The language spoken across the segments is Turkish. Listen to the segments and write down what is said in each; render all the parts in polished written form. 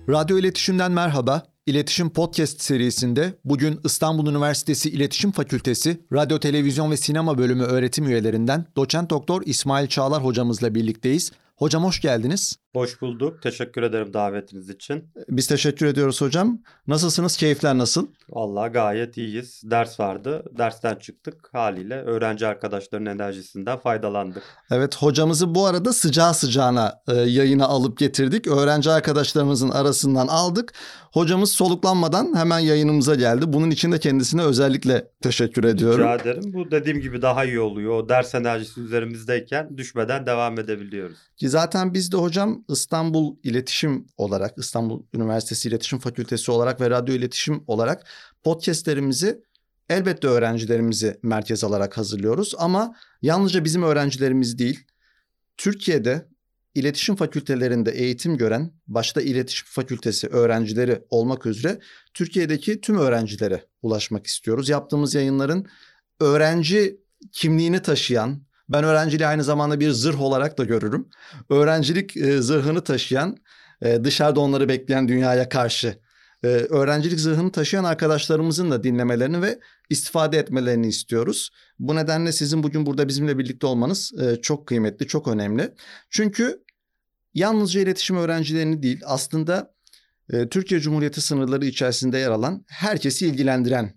Radyo İletişim'den merhaba. İletişim Podcast serisinde bugün İstanbul Üniversitesi İletişim Fakültesi Radyo, Televizyon ve Sinema Bölümü öğretim üyelerinden Doçent Doktor İsmail Çağlar hocamızla birlikteyiz. Hocam hoş geldiniz. Hoş bulduk. Teşekkür ederim davetiniz için. Biz teşekkür ediyoruz hocam. Nasılsınız? Keyifler nasıl? Vallahi gayet iyiyiz. Ders vardı. Dersten çıktık. Haliyle öğrenci arkadaşların enerjisinden faydalandık. Evet, hocamızı bu arada sıcağı sıcağına yayına alıp getirdik. Öğrenci arkadaşlarımızın arasından aldık. Hocamız soluklanmadan hemen yayınımıza geldi. Bunun için de kendisine özellikle teşekkür ediyorum. Rica ederim. Bu dediğim gibi daha iyi oluyor. O ders enerjisi üzerimizdeyken düşmeden devam edebiliyoruz. Ki zaten biz de hocam İstanbul İletişim olarak, İstanbul Üniversitesi İletişim Fakültesi olarak ve Radyo İletişim olarak podcastlerimizi elbette öğrencilerimizi merkez alarak hazırlıyoruz. Ama yalnızca bizim öğrencilerimiz değil, Türkiye'de iletişim fakültelerinde eğitim gören, başta iletişim fakültesi öğrencileri olmak üzere Türkiye'deki tüm öğrencilere ulaşmak istiyoruz. Yaptığımız yayınların öğrenci kimliğini taşıyan, ben öğrenciliği aynı zamanda bir zırh olarak da görürüm. Öğrencilik zırhını taşıyan, dışarıda onları bekleyen dünyaya karşı öğrencilik zırhını taşıyan arkadaşlarımızın da dinlemelerini ve istifade etmelerini istiyoruz. Bu nedenle sizin bugün burada bizimle birlikte olmanız çok kıymetli, çok önemli. Çünkü yalnızca iletişim öğrencilerini değil, aslında Türkiye Cumhuriyeti sınırları içerisinde yer alan herkesi ilgilendiren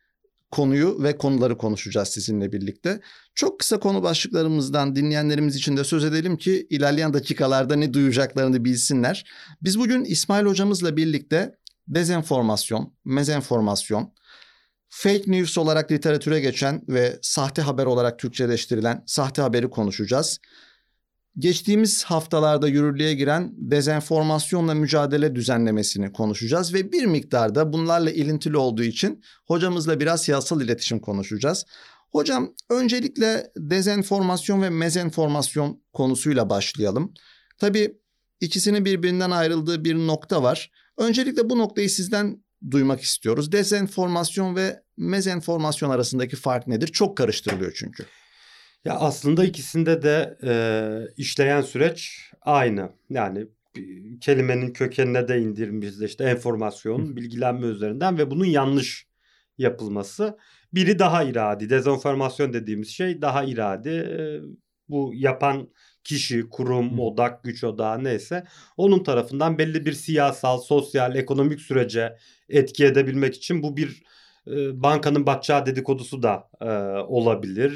konuyu ve konuları konuşacağız sizinle birlikte. Çok kısa konu başlıklarımızdan dinleyenlerimiz için de söz edelim ki ilerleyen dakikalarda ne duyacaklarını bilsinler. Biz bugün İsmail hocamızla birlikte dezenformasyon, mezenformasyon, fake news olarak literatüre geçen ve sahte haber olarak Türkçeleştirilen sahte haberi konuşacağız. Geçtiğimiz haftalarda yürürlüğe giren dezenformasyonla mücadele düzenlemesini konuşacağız ve bir miktarda bunlarla ilintili olduğu için hocamızla biraz siyasal iletişim konuşacağız. Hocam öncelikle dezenformasyon ve mezenformasyon konusuyla başlayalım. Tabii ikisinin birbirinden ayrıldığı bir nokta var. Öncelikle bu noktayı sizden duymak istiyoruz. Dezenformasyon ve mezenformasyon arasındaki fark nedir? Çok karıştırılıyor çünkü. Ya aslında ikisinde de işleyen süreç aynı. Yani kelimenin kökenine de indirmişiz işte enformasyon, bilgilenme üzerinden ve bunun yanlış yapılması. Biri daha iradi. Dezenformasyon dediğimiz şey daha iradi. Bu yapan kişi, kurum, odak, güç odağı neyse onun tarafından belli bir siyasal, sosyal, ekonomik sürece etki edebilmek için bu bir bankanın batacağı dedikodusu da olabilir.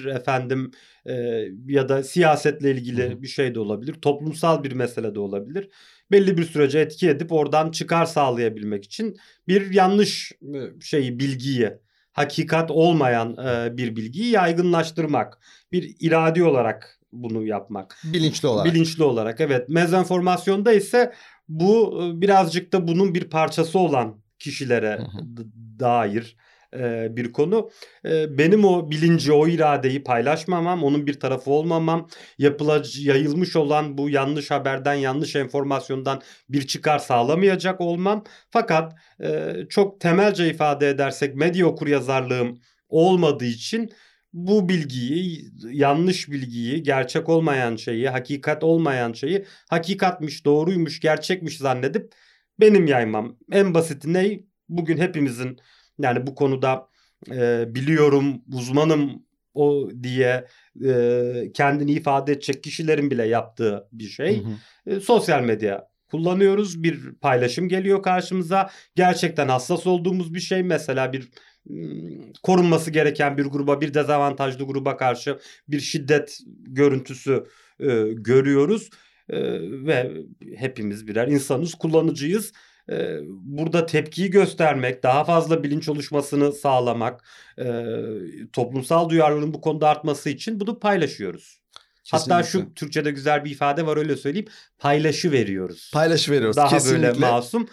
Ya da siyasetle ilgili bir şey de olabilir. Toplumsal bir mesele de olabilir. Belli bir sürece etki edip oradan çıkar sağlayabilmek için bir yanlış bilgiyi, hakikat olmayan bir bilgiyi yaygınlaştırmak. Bir iradi olarak bunu yapmak. Bilinçli olarak. Bilinçli olarak, evet. Mezenformasyonda ise bu birazcık da bunun bir parçası olan kişilere dair bir konu. Benim o bilinci, o iradeyi paylaşmamam, onun bir tarafı olmamam, yayılmış olan bu yanlış haberden, yanlış enformasyondan bir çıkar sağlamayacak olmam. Fakat çok temelce ifade edersek medya okuryazarlığım olmadığı için bu bilgiyi, yanlış bilgiyi, gerçek olmayan şeyi, hakikat olmayan şeyi hakikatmiş, doğruymuş, gerçekmiş zannedip benim yaymam. En basiti ne? Bugün hepimizin yani bu konuda biliyorum, uzmanım o diye kendini ifade edecek kişilerin bile yaptığı bir şey. Sosyal medya kullanıyoruz. Bir paylaşım geliyor karşımıza. Gerçekten hassas olduğumuz bir şey. Mesela bir korunması gereken bir gruba, bir dezavantajlı gruba karşı bir şiddet görüntüsü görüyoruz. Ve hepimiz birer insanız, kullanıcıyız. Burada tepkiyi göstermek, daha fazla bilinç oluşmasını sağlamak, toplumsal duyarlılığın bu konuda artması için bunu paylaşıyoruz. Kesinlikle. Hatta şu Türkçe'de güzel bir ifade var, öyle söyleyeyim. Paylaşıveriyoruz. Paylaşıveriyoruz. Daha kesinlikle. böyle masum.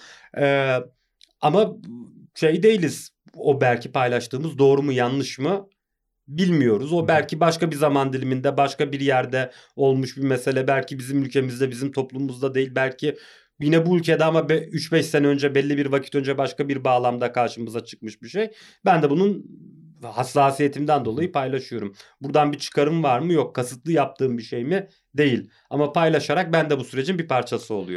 Ama değiliz. O belki paylaştığımız doğru mu yanlış mı bilmiyoruz. O belki başka bir zaman diliminde, başka bir yerde olmuş bir mesele. Belki bizim ülkemizde, bizim toplumumuzda değil. Belki yine bu ülkede ama 3-5 sene önce, belli bir vakit önce başka bir bağlamda karşımıza çıkmış bir şey. Ben de bunun hassasiyetimden dolayı paylaşıyorum. Buradan bir çıkarım var mı? Yok. Kasıtlı yaptığım bir şey mi? Değil. Ama paylaşarak ben de bu sürecin bir parçası oluyorum.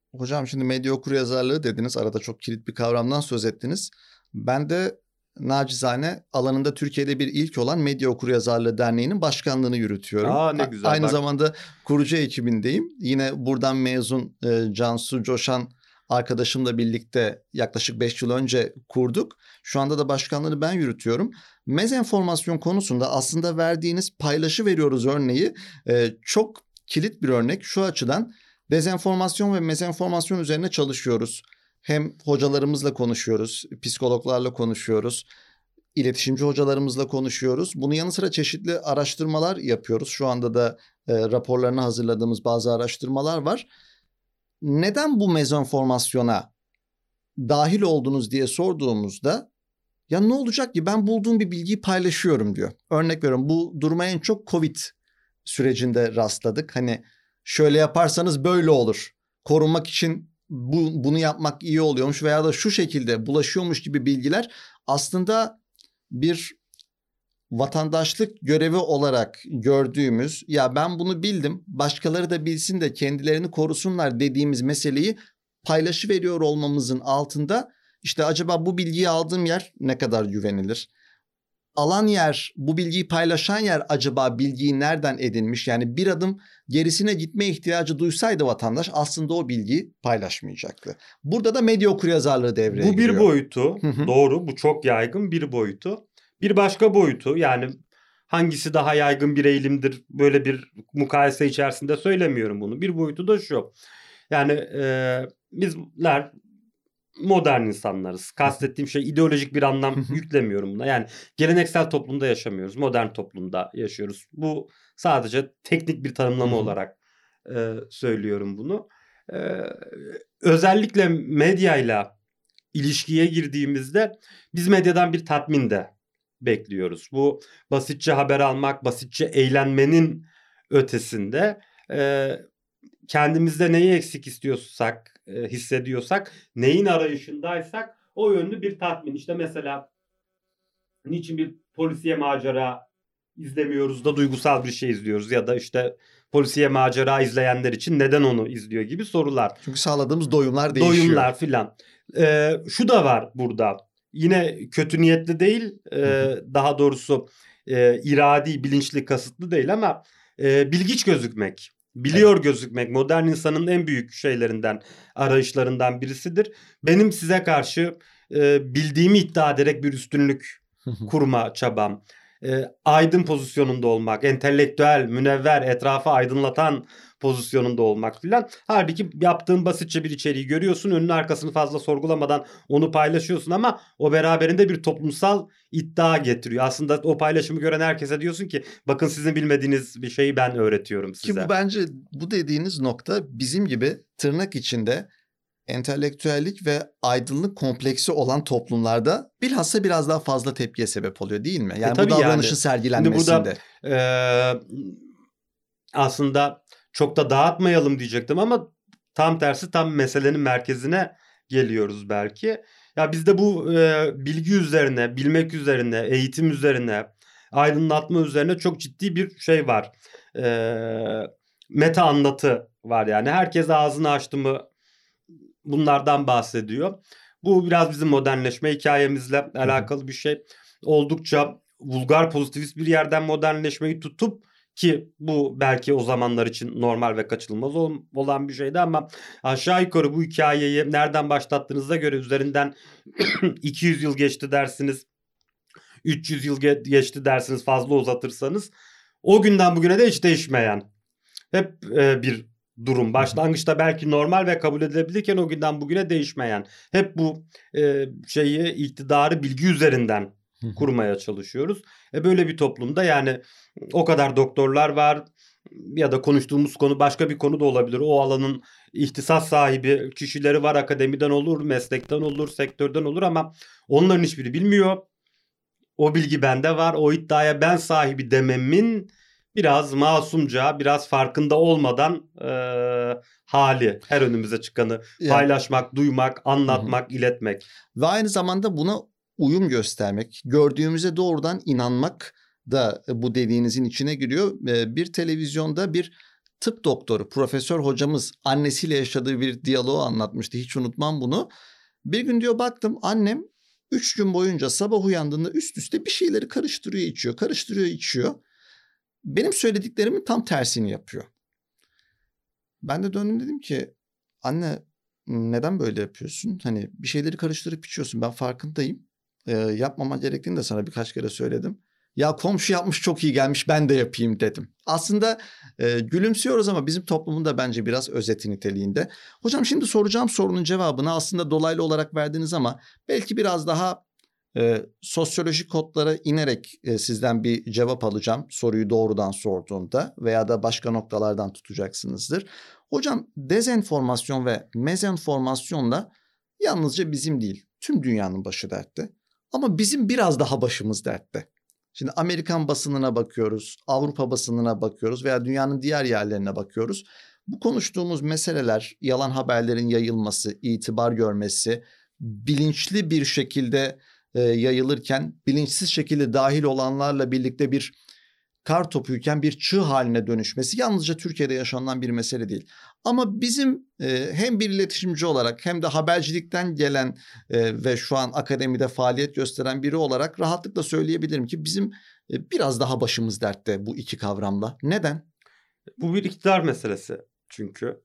Hocam şimdi medya okuryazarlığı dediniz. Arada çok kilit bir kavramdan söz ettiniz. Ben de nacizane alanında Türkiye'de bir ilk olan Medya Okuryazarlığı Derneği'nin başkanlığını yürütüyorum. Ne güzel Aynı bak. zamanda kurucu ekibindeyim. Yine buradan mezun Cansu Coşan arkadaşımla birlikte yaklaşık 5 yıl önce kurduk. Şu anda da başkanlığını ben yürütüyorum. Mezenformasyon konusunda aslında verdiğiniz paylaşı veriyoruz örneği çok kilit bir örnek şu açıdan. Dezenformasyon ve mezenformasyon üzerine çalışıyoruz. Hem hocalarımızla konuşuyoruz, psikologlarla konuşuyoruz, iletişimci hocalarımızla konuşuyoruz. Bunun yanı sıra çeşitli araştırmalar yapıyoruz. Şu anda da raporlarını hazırladığımız bazı araştırmalar var. Neden bu mezenformasyona dahil oldunuz diye sorduğumuzda ya ne olacak ki ben bulduğum bir bilgiyi paylaşıyorum diyor. Örnek veriyorum bu duruma en çok Covid sürecinde rastladık. Hani şöyle yaparsanız böyle olur. Korunmak için bunu yapmak iyi oluyormuş veya da şu şekilde bulaşıyormuş gibi bilgiler aslında bir vatandaşlık görevi olarak gördüğümüz ya ben bunu bildim başkaları da bilsin de kendilerini korusunlar dediğimiz meseleyi paylaşıveriyor olmamızın altında işte acaba bu bilgiyi aldığım yer ne kadar güvenilir? Alan yer, bu bilgiyi paylaşan yer acaba bilgiyi nereden edinmiş? Yani bir adım gerisine gitme ihtiyacı duysaydı vatandaş aslında o bilgiyi paylaşmayacaktı. Burada da medya okuryazarlığı devreye giriyor. Bu bir boyutu. Doğru, bu çok yaygın bir boyutu. Bir başka boyutu yani hangisi daha yaygın bir eğilimdir böyle bir mukayese içerisinde söylemiyorum bunu. Bir boyutu da şu. Yani bizler modern insanlarız. Kastettiğim şey ideolojik bir anlam yüklemiyorum buna. Yani geleneksel toplumda yaşamıyoruz. Modern toplumda yaşıyoruz. Bu sadece teknik bir tanımlama olarak söylüyorum bunu. Özellikle medyayla ilişkiye girdiğimizde biz medyadan bir tatmin de bekliyoruz. Bu basitçe haber almak, basitçe eğlenmenin ötesinde kendimizde neyi eksik istiyorsak, hissediyorsak, neyin arayışındaysak o yönlü bir tatmin. İşte mesela niçin bir polisiye macera izlemiyoruz da duygusal bir şey izliyoruz ya da işte polisiye macera izleyenler için neden onu izliyor gibi sorular. Çünkü sağladığımız doyumlar değişiyor. Doyumlar filan. Şu da var burada. Yine kötü niyetli değil, daha doğrusu iradi, bilinçli, kasıtlı değil ama bilgiç gözükmek. Biliyor gözükmek modern insanın en büyük şeylerinden, arayışlarından birisidir. Benim size karşı bildiğimi iddia ederek bir üstünlük kurma çabam. Aydın pozisyonunda olmak, entelektüel, münevver, etrafı aydınlatan pozisyonunda olmak filan. Halbuki yaptığın basitçe bir içeriği görüyorsun, önünü arkasını fazla sorgulamadan onu paylaşıyorsun ama o beraberinde bir toplumsal iddia getiriyor. Aslında o paylaşımı gören herkese diyorsun ki bakın sizin bilmediğiniz bir şeyi ben öğretiyorum size. Ki bu bence bu dediğiniz nokta bizim gibi tırnak içinde entelektüellik ve aydınlık kompleksi olan toplumlarda bilhassa biraz daha fazla tepkiye sebep oluyor değil mi? Yani bu davranışın sergilenmesinde. Burada aslında çok da dağıtmayalım diyecektim ama tam tersi tam meselenin merkezine geliyoruz belki. Ya bizde bu bilgi üzerine, bilmek üzerine, eğitim üzerine, aydınlatma üzerine çok ciddi bir şey var. Meta anlatı var yani. Herkes ağzını açtı mı bunlardan bahsediyor. Bu biraz bizim modernleşme hikayemizle alakalı bir şey. Oldukça vulgar pozitivist bir yerden modernleşmeyi tutup ki bu belki o zamanlar için normal ve kaçınılmaz olan bir şeydi ama aşağı yukarı bu hikayeyi nereden başlattığınıza göre üzerinden 200 yıl geçti dersiniz, 300 yıl geçti dersiniz fazla uzatırsanız o günden bugüne de hiç değişmeyen hep bir durum. Başlangıçta belki normal ve kabul edilebilirken o günden bugüne değişmeyen. Hep bu iktidarı bilgi üzerinden kurmaya çalışıyoruz. Böyle bir toplumda yani o kadar doktorlar var ya da konuştuğumuz konu başka bir konu da olabilir. O alanın ihtisas sahibi kişileri var. Akademiden olur, meslekten olur, sektörden olur ama onların hiçbiri bilmiyor. O bilgi bende var. O iddiaya ben sahibi dememin biraz masumca, biraz farkında olmadan hali. Her önümüze çıkanı paylaşmak, duymak, anlatmak, iletmek. Ve aynı zamanda buna uyum göstermek, gördüğümüze doğrudan inanmak da bu dediğinizin içine giriyor. Bir televizyonda bir tıp doktoru, profesör hocamız annesiyle yaşadığı bir diyaloğu anlatmıştı. Hiç unutmam bunu. Bir gün diyor baktım annem 3 gün boyunca sabah uyandığında üst üste bir şeyleri karıştırıyor içiyor. Karıştırıyor içiyor. Benim söylediklerimin tam tersini yapıyor. Ben de döndüm dedim ki anne neden böyle yapıyorsun? Hani bir şeyleri karıştırıp içiyorsun. Ben farkındayım. Yapmaman gerektiğini de sana birkaç kere söyledim. Ya komşu yapmış çok iyi gelmiş ben de yapayım dedim. Aslında gülümsüyoruz ama bizim toplumun da bence biraz özeti niteliğinde. Hocam şimdi soracağım sorunun cevabını aslında dolaylı olarak verdiniz ama belki biraz daha sosyolojik kodlara inerek sizden bir cevap alacağım. Soruyu doğrudan sorduğumda veya da başka noktalardan tutacaksınızdır. Hocam dezenformasyon ve mezenformasyonla yalnızca bizim değil tüm dünyanın başı dertte. Ama bizim biraz daha başımız dertte. Şimdi Amerikan basınına bakıyoruz, Avrupa basınına bakıyoruz veya dünyanın diğer yerlerine bakıyoruz. Bu konuştuğumuz meseleler, yalan haberlerin yayılması, itibar görmesi, bilinçli bir şekilde yayılırken bilinçsiz şekilde dahil olanlarla birlikte bir kar topuyken bir çığ haline dönüşmesi yalnızca Türkiye'de yaşanılan bir mesele değil. Ama bizim hem bir iletişimci olarak hem de habercilikten gelen ve şu an akademide faaliyet gösteren biri olarak rahatlıkla söyleyebilirim ki bizim biraz daha başımız dertte bu iki kavramla. Neden? Bu bir iktidar meselesi çünkü.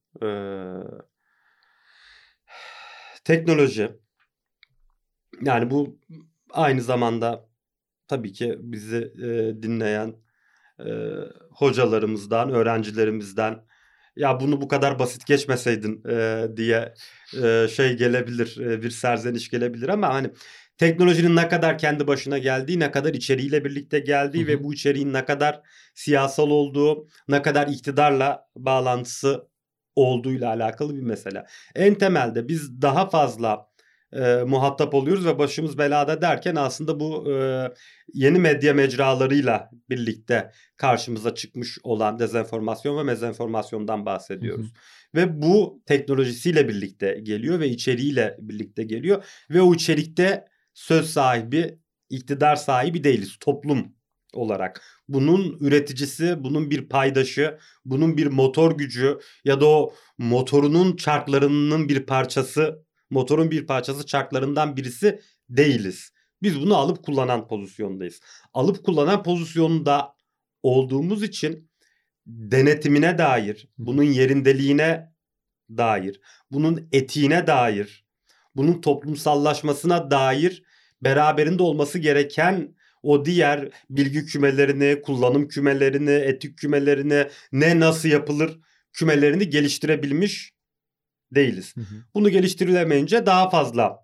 Teknoloji. Yani bu aynı zamanda tabii ki bizi dinleyen hocalarımızdan, öğrencilerimizden ya bunu bu kadar basit geçmeseydin diye şey gelebilir, bir serzeniş gelebilir ama hani teknolojinin ne kadar kendi başına geldiği, ne kadar içeriğiyle birlikte geldiği ve bu içeriğin ne kadar siyasal olduğu, ne kadar iktidarla bağlantısı olduğuyla alakalı bir mesele. En temelde biz daha fazla muhatap oluyoruz ve başımız belada derken aslında bu yeni medya mecralarıyla birlikte karşımıza çıkmış olan dezenformasyon ve mezenformasyondan bahsediyoruz. Ve bu teknolojisiyle birlikte geliyor ve içeriğiyle birlikte geliyor ve o içerikte söz sahibi, iktidar sahibi değiliz toplum olarak. Bunun üreticisi, bunun bir paydaşı, bunun bir motor gücü ya da o motorunun çarklarının bir parçası, motorun bir parçası çarklarından birisi değiliz. Biz bunu alıp kullanan pozisyondayız. Alıp kullanan pozisyonda olduğumuz için denetimine dair, bunun yerindeliğine dair, bunun etiğine dair, bunun toplumsallaşmasına dair beraberinde olması gereken o diğer bilgi kümelerini, kullanım kümelerini, etik kümelerini, ne nasıl yapılır kümelerini geliştirebilmiş değiliz. Bunu geliştirilemeyince daha fazla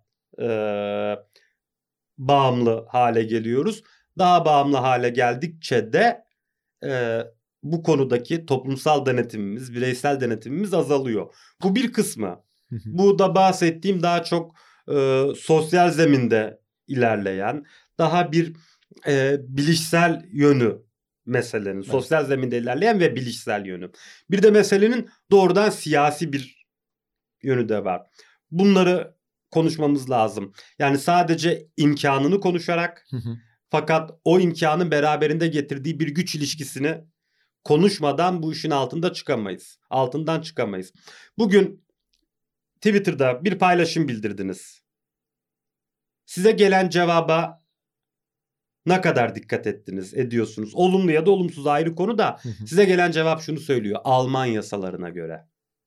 bağımlı hale geliyoruz. Daha bağımlı hale geldikçe de bu konudaki toplumsal denetimimiz, bireysel denetimimiz azalıyor. Bu bir kısmı. Bu da bahsettiğim daha çok sosyal zeminde ilerleyen, daha bir bilişsel yönü meselenin. Evet. Sosyal zeminde ilerleyen ve bilişsel yönü. Bir de meselenin doğrudan siyasi bir yönü de var. Bunları konuşmamız lazım. Yani sadece imkanını konuşarak fakat o imkanın beraberinde getirdiği bir güç ilişkisini konuşmadan bu işin altından çıkamayız. Bugün Twitter'da bir paylaşım bildirdiniz. Size gelen cevaba ne kadar dikkat ediyorsunuz? Olumlu ya da olumsuz ayrı konu da size gelen cevap şunu söylüyor. Alman yasalarına göre.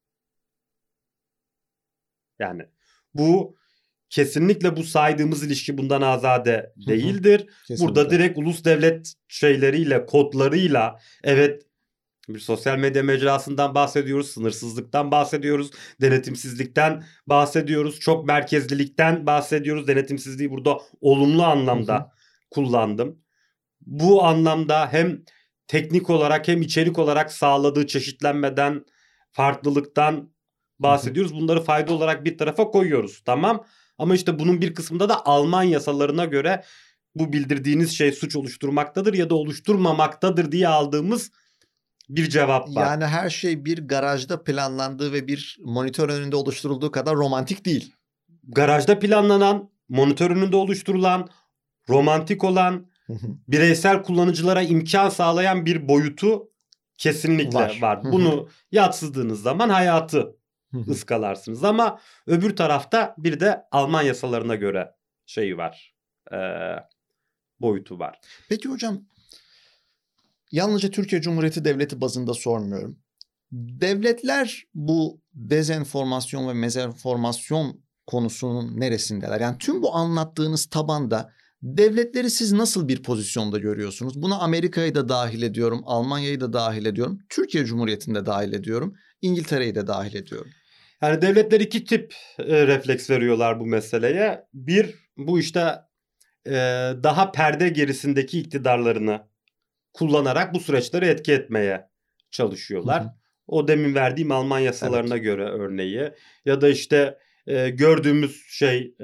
Yani bu kesinlikle bu saydığımız ilişki bundan azade değildir. Burada direkt ulus devlet şeyleriyle, kodlarıyla evet bir sosyal medya mecrasından bahsediyoruz, sınırsızlıktan bahsediyoruz, denetimsizlikten bahsediyoruz, çok merkezlilikten bahsediyoruz. Denetimsizliği burada olumlu anlamda kullandım. Bu anlamda hem teknik olarak hem içerik olarak sağladığı çeşitlenmeden, farklılıktan bahsediyoruz. Bunları fayda olarak bir tarafa koyuyoruz. Tamam. Ama işte bunun bir kısmında da Alman yasalarına göre bu bildirdiğiniz şey suç oluşturmaktadır ya da oluşturmamaktadır diye aldığımız bir cevap var. Yani her şey bir garajda planlandığı ve bir monitör önünde oluşturulduğu kadar romantik değil. Garajda planlanan, monitör önünde oluşturulan, romantik olan, bireysel kullanıcılara imkan sağlayan bir boyutu Kesinlikle var. Bunu yadsıdığınız zaman hayatı ıskalarsınız. Ama öbür tarafta bir de Alman yasalarına göre şeyi var. Boyutu var. Peki hocam, yalnızca Türkiye Cumhuriyeti Devleti bazında sormuyorum. Devletler bu dezenformasyon ve mezenformasyon konusunun neresindeler? Yani tüm bu anlattığınız tabanda devletleri siz nasıl bir pozisyonda görüyorsunuz? Buna Amerika'yı da dahil ediyorum, Almanya'yı da dahil ediyorum, Türkiye Cumhuriyeti'ni de dahil ediyorum, İngiltere'yi de dahil ediyorum. Yani devletler iki tip refleks veriyorlar bu meseleye. Bir, bu işte daha perde gerisindeki iktidarlarını kullanarak bu süreçleri etki etmeye çalışıyorlar. O demin verdiğim Alman yasalarına göre örneği, ya da işte gördüğümüz şey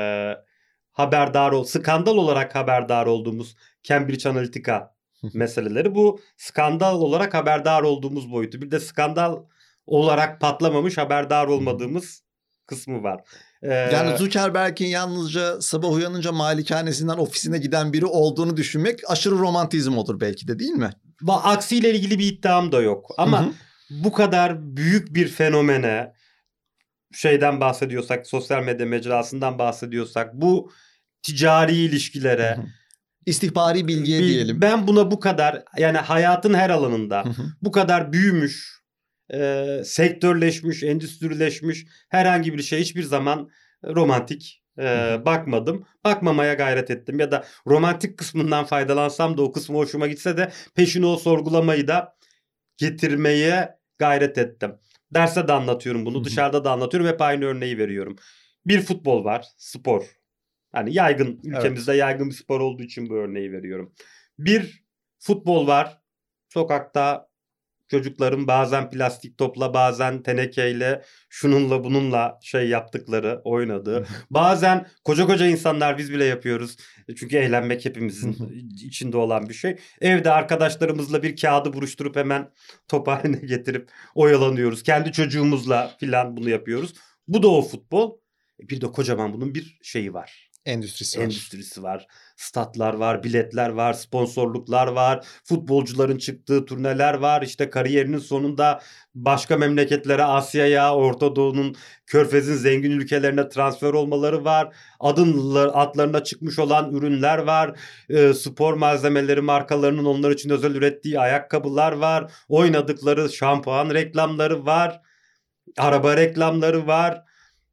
skandal olarak haberdar olduğumuz Cambridge Analytica meseleleri, bu skandal olarak haberdar olduğumuz boyutu. Bir de skandal olarak patlamamış, haberdar olmadığımız kısmı var. Yani Zuckerberg'in yalnızca sabah uyanınca malikanesinden ofisine giden biri olduğunu düşünmek aşırı romantizm olur belki de, değil mi? Aksiyle ilgili bir iddiam da yok. Ama bu kadar büyük bir fenomene, şeyden bahsediyorsak, sosyal medya mecrasından bahsediyorsak, bu ticari ilişkilere, istihbari bilgiye diyelim. Ben buna bu kadar, yani hayatın her alanında bu kadar büyümüş, sektörleşmiş, endüstrileşmiş herhangi bir şey hiçbir zaman romantik bakmadım. Bakmamaya gayret ettim. Ya da romantik kısmından faydalansam da, o kısmı hoşuma gitse de, peşine o sorgulamayı da getirmeye gayret ettim. Derste de anlatıyorum bunu, dışarıda da anlatıyorum. Hep aynı örneği veriyorum. Bir futbol var, spor. Hani yaygın, ülkemizde yaygın bir spor olduğu için bu örneği veriyorum. Bir futbol var. Sokakta çocukların bazen plastik topla, bazen tenekeyle, şununla bununla şey yaptıkları, oynadığı. Bazen koca insanlar, biz bile yapıyoruz. Çünkü eğlenmek hepimizin içinde olan bir şey. Evde arkadaşlarımızla bir kağıdı buruşturup hemen top haline getirip oyalanıyoruz. Kendi çocuğumuzla filan bunu yapıyoruz. Bu da o futbol. Bir de kocaman bunun bir şeyi var. Endüstrisi var. Statlar var, biletler var, sponsorluklar var, futbolcuların çıktığı turneler var. İşte kariyerinin sonunda başka memleketlere, Asya'ya, Orta Doğu'nun, Körfez'in zengin ülkelerine transfer olmaları var. Adlarına çıkmış olan ürünler var. Spor malzemeleri markalarının onlar için özel ürettiği ayakkabılar var. Oynadıkları şampuan reklamları var. Araba reklamları var.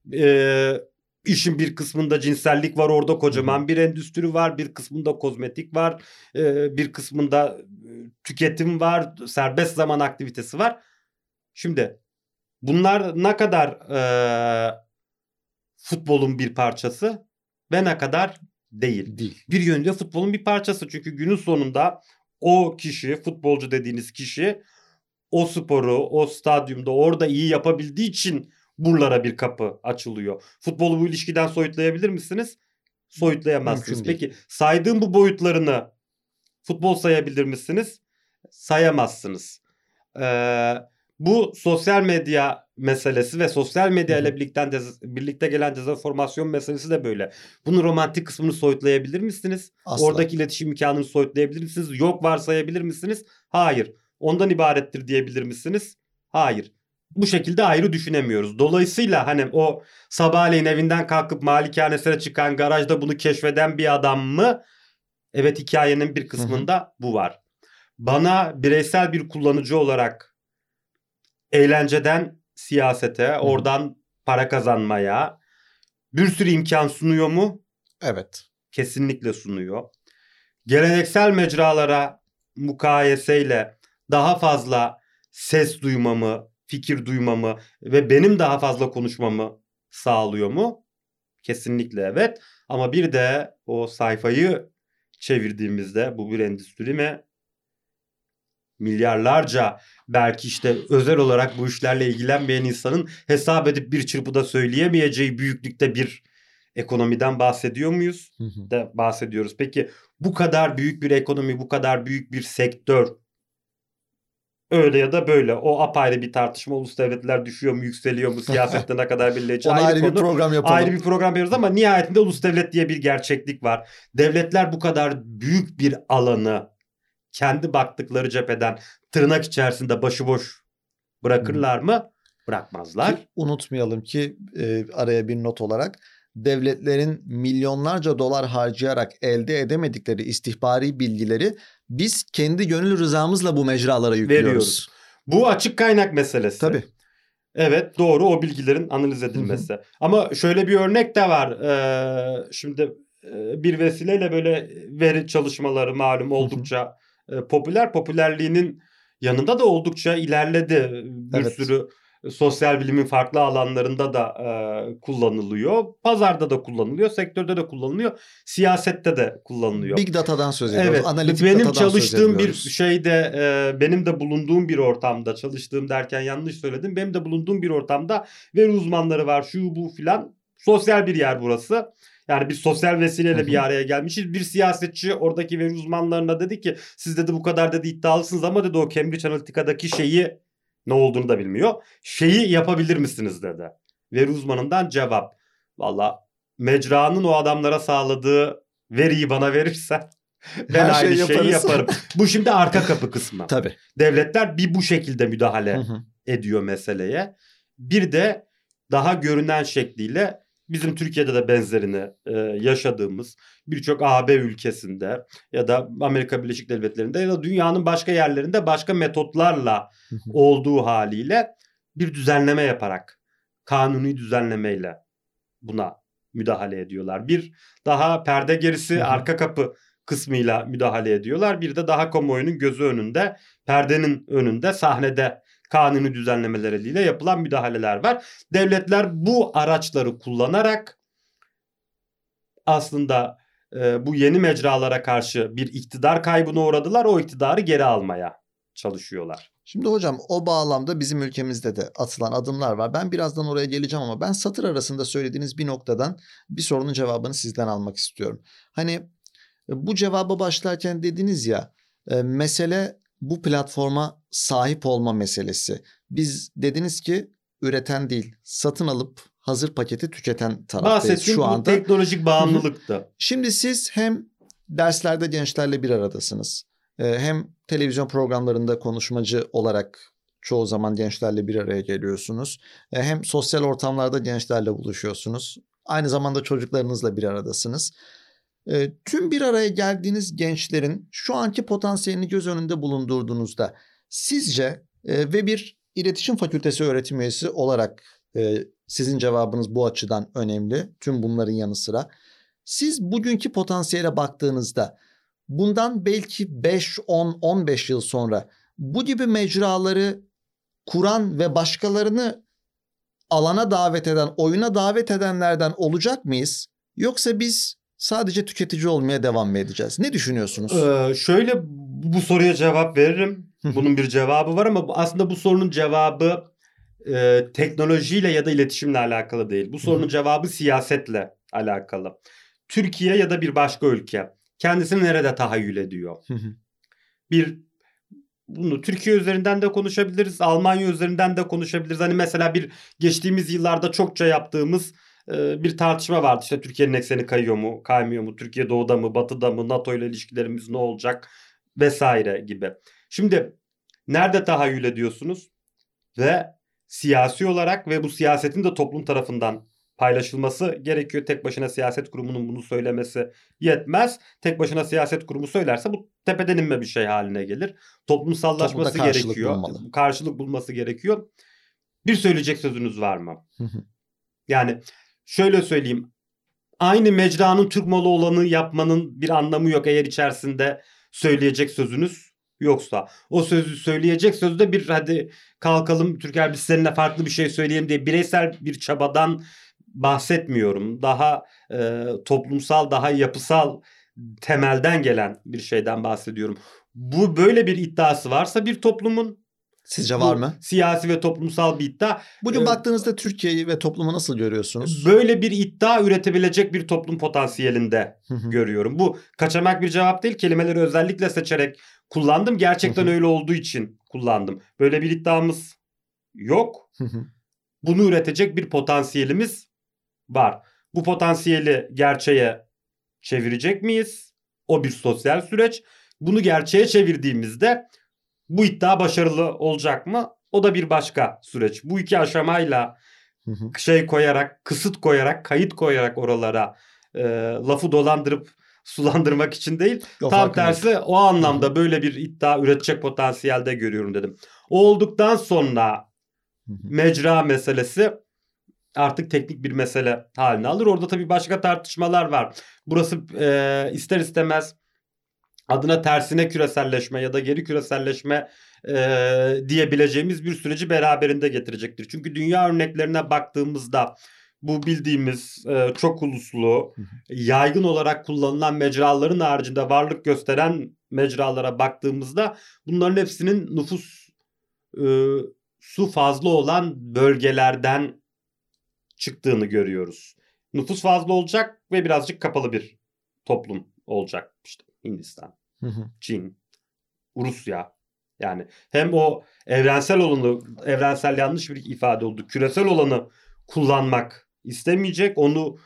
İşin bir kısmında cinsellik var, orada kocaman bir endüstri var, bir kısmında kozmetik var, bir kısmında tüketim var, serbest zaman aktivitesi var. Şimdi bunlar ne kadar futbolun bir parçası ve ne kadar değil. Bir yönde futbolun bir parçası, çünkü günün sonunda o kişi, futbolcu dediğiniz kişi, o sporu o stadyumda orada iyi yapabildiği için buralara bir kapı açılıyor. Futbolu bu ilişkiden soyutlayabilir misiniz? Soyutlayamazsınız. Peki saydığım bu boyutlarını futbol sayabilir misiniz? Sayamazsınız. Bu sosyal medya meselesi ve sosyal medya ile birlikte gelen dezenformasyon meselesi de böyle. Bunun romantik kısmını soyutlayabilir misiniz? Asla. Oradaki iletişim imkanını soyutlayabilir misiniz? Yok varsayabilir misiniz? Hayır. Ondan ibarettir diyebilir misiniz? Hayır. Bu şekilde ayrı düşünemiyoruz. Dolayısıyla hani o sabahleyin evinden kalkıp malikanesine çıkan, garajda bunu keşfeden bir adam mı? Evet, hikayenin bir kısmında bu var. Bana bireysel bir kullanıcı olarak eğlenceden siyasete, oradan para kazanmaya bir sürü imkan sunuyor mu? Evet. Kesinlikle sunuyor. Geleneksel mecralara mukayeseyle daha fazla ses duymamı, fikir duymamı ve benim daha fazla konuşmamı sağlıyor mu? Kesinlikle evet. Ama bir de o sayfayı çevirdiğimizde, bu bir endüstri mi? Milyarlarca, belki işte özel olarak bu işlerle ilgilenmeyen insanın hesap edip bir çırpıda söyleyemeyeceği büyüklükte bir ekonomiden bahsediyor muyuz? De bahsediyoruz. Peki bu kadar büyük bir ekonomi, bu kadar büyük bir sektör, öyle ya da böyle, o apayrı bir tartışma. Ulus devletler düşüyor mu, yükseliyor mu, siyasette ne kadar birleşiyor, ayrı bir program yapalım. Ayrı bir program yapıyoruz ama nihayetinde ulus devlet diye bir gerçeklik var. Devletler bu kadar büyük bir alanı kendi baktıkları cepheden tırnak içerisinde başıboş bırakırlar mı? Bırakmazlar. Ki unutmayalım ki araya bir not olarak devletlerin milyonlarca dolar harcayarak elde edemedikleri istihbari bilgileri biz kendi gönül rızamızla bu mecralara yüklüyoruz. Veriyoruz. Bu açık kaynak meselesi. Tabii. Evet, doğru, o bilgilerin analiz edilmesi. Ama şöyle bir örnek de var. Şimdi bir vesileyle böyle veri çalışmaları malum oldukça popüler. Popülerliğinin yanında da oldukça ilerledi. Bir sürü sosyal bilimin farklı alanlarında da kullanılıyor. Pazarda da kullanılıyor, sektörde de kullanılıyor, siyasette de kullanılıyor. Big Data'dan söz ediyoruz. Evet, analitik benim datadan çalıştığım bir şeyde, benim de bulunduğum bir ortamda, çalıştığım derken yanlış söyledim. Benim de bulunduğum bir ortamda veri uzmanları var, şu bu filan. Sosyal bir yer burası. Yani bir sosyal vesileyle bir araya gelmişiz. Bir siyasetçi oradaki veri uzmanlarına dedi ki siz dedi bu kadar dedi iddialısınız ama dedi o Cambridge Analytica'daki şeyi ne olduğunu da bilmiyor. Şeyi yapabilir misiniz dedi. Veri uzmanından cevap. Valla mecranın o adamlara sağladığı veriyi bana verirsen ben aynı şeyi yaparım. Bu şimdi arka kapı kısmı. Tabii. Devletler bir bu şekilde müdahale ediyor meseleye. Bir de daha görünen şekliyle bizim Türkiye'de de benzerini yaşadığımız birçok AB ülkesinde ya da Amerika Birleşik Devletleri'nde ya da dünyanın başka yerlerinde başka metotlarla olduğu haliyle bir düzenleme yaparak, kanuni düzenlemeyle buna müdahale ediyorlar. Bir daha perde gerisi arka kapı kısmıyla müdahale ediyorlar. Bir de daha kamuoyunun gözü önünde, perdenin önünde, sahnede kanuni düzenlemeler eliyle yapılan müdahaleler var. Devletler bu araçları kullanarak aslında bu yeni mecralara karşı bir iktidar kaybına uğradılar. O iktidarı geri almaya çalışıyorlar. Şimdi hocam o bağlamda bizim ülkemizde de atılan adımlar var. Ben birazdan oraya geleceğim ama ben satır arasında söylediğiniz bir noktadan bir sorunun cevabını sizden almak istiyorum. Hani bu cevaba başlarken dediniz ya mesele bu platforma sahip olma meselesi. Biz dediniz ki üreten değil, satın alıp hazır paketi tüketen taraftayız bahsettiğim şu anda. Bu teknolojik bağımlılıkta. Şimdi siz hem derslerde gençlerle bir aradasınız. Hem televizyon programlarında konuşmacı olarak çoğu zaman gençlerle bir araya geliyorsunuz. Hem sosyal ortamlarda gençlerle buluşuyorsunuz. Aynı zamanda çocuklarınızla bir aradasınız. Tüm bir araya geldiğiniz gençlerin şu anki potansiyelini göz önünde bulundurduğunuzda sizce ve bir iletişim fakültesi öğretim üyesi olarak sizin cevabınız bu açıdan önemli. Tüm bunların yanı sıra siz bugünkü potansiyele baktığınızda bundan belki 5, 10, 15 yıl sonra bu gibi mecraları kuran ve başkalarını alana davet eden, oyuna davet edenlerden olacak mıyız? Yoksa biz sadece tüketici olmaya devam mı edeceğiz? Ne düşünüyorsunuz? Şöyle bu soruya cevap veririm. Bunun bir cevabı var ama aslında bu sorunun cevabı teknolojiyle ya da iletişimle alakalı değil. Bu sorunun cevabı siyasetle alakalı. Türkiye ya da bir başka ülke kendisini nerede tahayyül ediyor? Bunu Türkiye üzerinden de konuşabiliriz, Almanya üzerinden de konuşabiliriz. Hani mesela bir geçtiğimiz yıllarda çokça yaptığımız bir tartışma vardı. İşte Türkiye'nin ekseni kayıyor mu, kaymıyor mu? Türkiye doğuda mı, batıda mı? NATO ile ilişkilerimiz ne olacak? Vesaire gibi. Şimdi nerede tahayyül ediyorsunuz? Ve siyasi olarak ve bu siyasetin de toplum tarafından paylaşılması gerekiyor. Tek başına siyaset kurumunun bunu söylemesi yetmez. Tek başına siyaset kurumu söylerse bu tepeden inme bir şey haline gelir. Toplumsallaşması gerekiyor. Karşılık bulması gerekiyor. Bir söyleyecek sözünüz var mı? Yani şöyle söyleyeyim. Aynı mecranın Türk malı olanı yapmanın bir anlamı yok eğer içerisinde söyleyecek sözünüz yoksa. O sözü söyleyecek sözde bir hadi kalkalım Türker biz seninle farklı bir şey söyleyelim diye bireysel bir çabadan bahsetmiyorum. Daha toplumsal, daha yapısal temelden gelen bir şeyden bahsediyorum. Bu böyle bir iddiası varsa bir toplumun, sizce var mı? Siyasi ve toplumsal bir iddia. Bugün baktığınızda Türkiye'yi ve toplumu nasıl görüyorsunuz? Böyle bir iddia üretebilecek bir toplum potansiyelinde görüyorum. Bu kaçamak bir cevap değil. Kelimeleri özellikle seçerek kullandım. Gerçekten öyle olduğu için kullandım. Böyle bir iddiamız yok. Bunu üretecek bir potansiyelimiz var. Bu potansiyeli gerçeğe çevirecek miyiz? O bir sosyal süreç. Bunu gerçeğe çevirdiğimizde bu iddia başarılı olacak mı? O da bir başka süreç. Bu iki aşamayla koyarak, kısıt koyarak, kayıt koyarak oralara lafı dolandırıp sulandırmak için değil. Yok, tam tersi o anlamda böyle bir iddia üretecek potansiyelde görüyorum dedim. O olduktan sonra mecra meselesi artık teknik bir mesele haline alır. Orada tabii başka tartışmalar var. Burası ister istemez adına tersine küreselleşme ya da geri küreselleşme diyebileceğimiz bir süreci beraberinde getirecektir. Çünkü dünya örneklerine baktığımızda bu bildiğimiz çok uluslu, yaygın olarak kullanılan mecraların haricinde varlık gösteren mecralara baktığımızda bunların hepsinin nüfus su fazla olan bölgelerden çıktığını görüyoruz. Nüfus fazla olacak ve birazcık kapalı bir toplum olacak. İşte Hindistan, Çin, Rusya. Yani hem o evrensel yanlış bir ifade oldu. Küresel olanı kullanmak istemeyecek.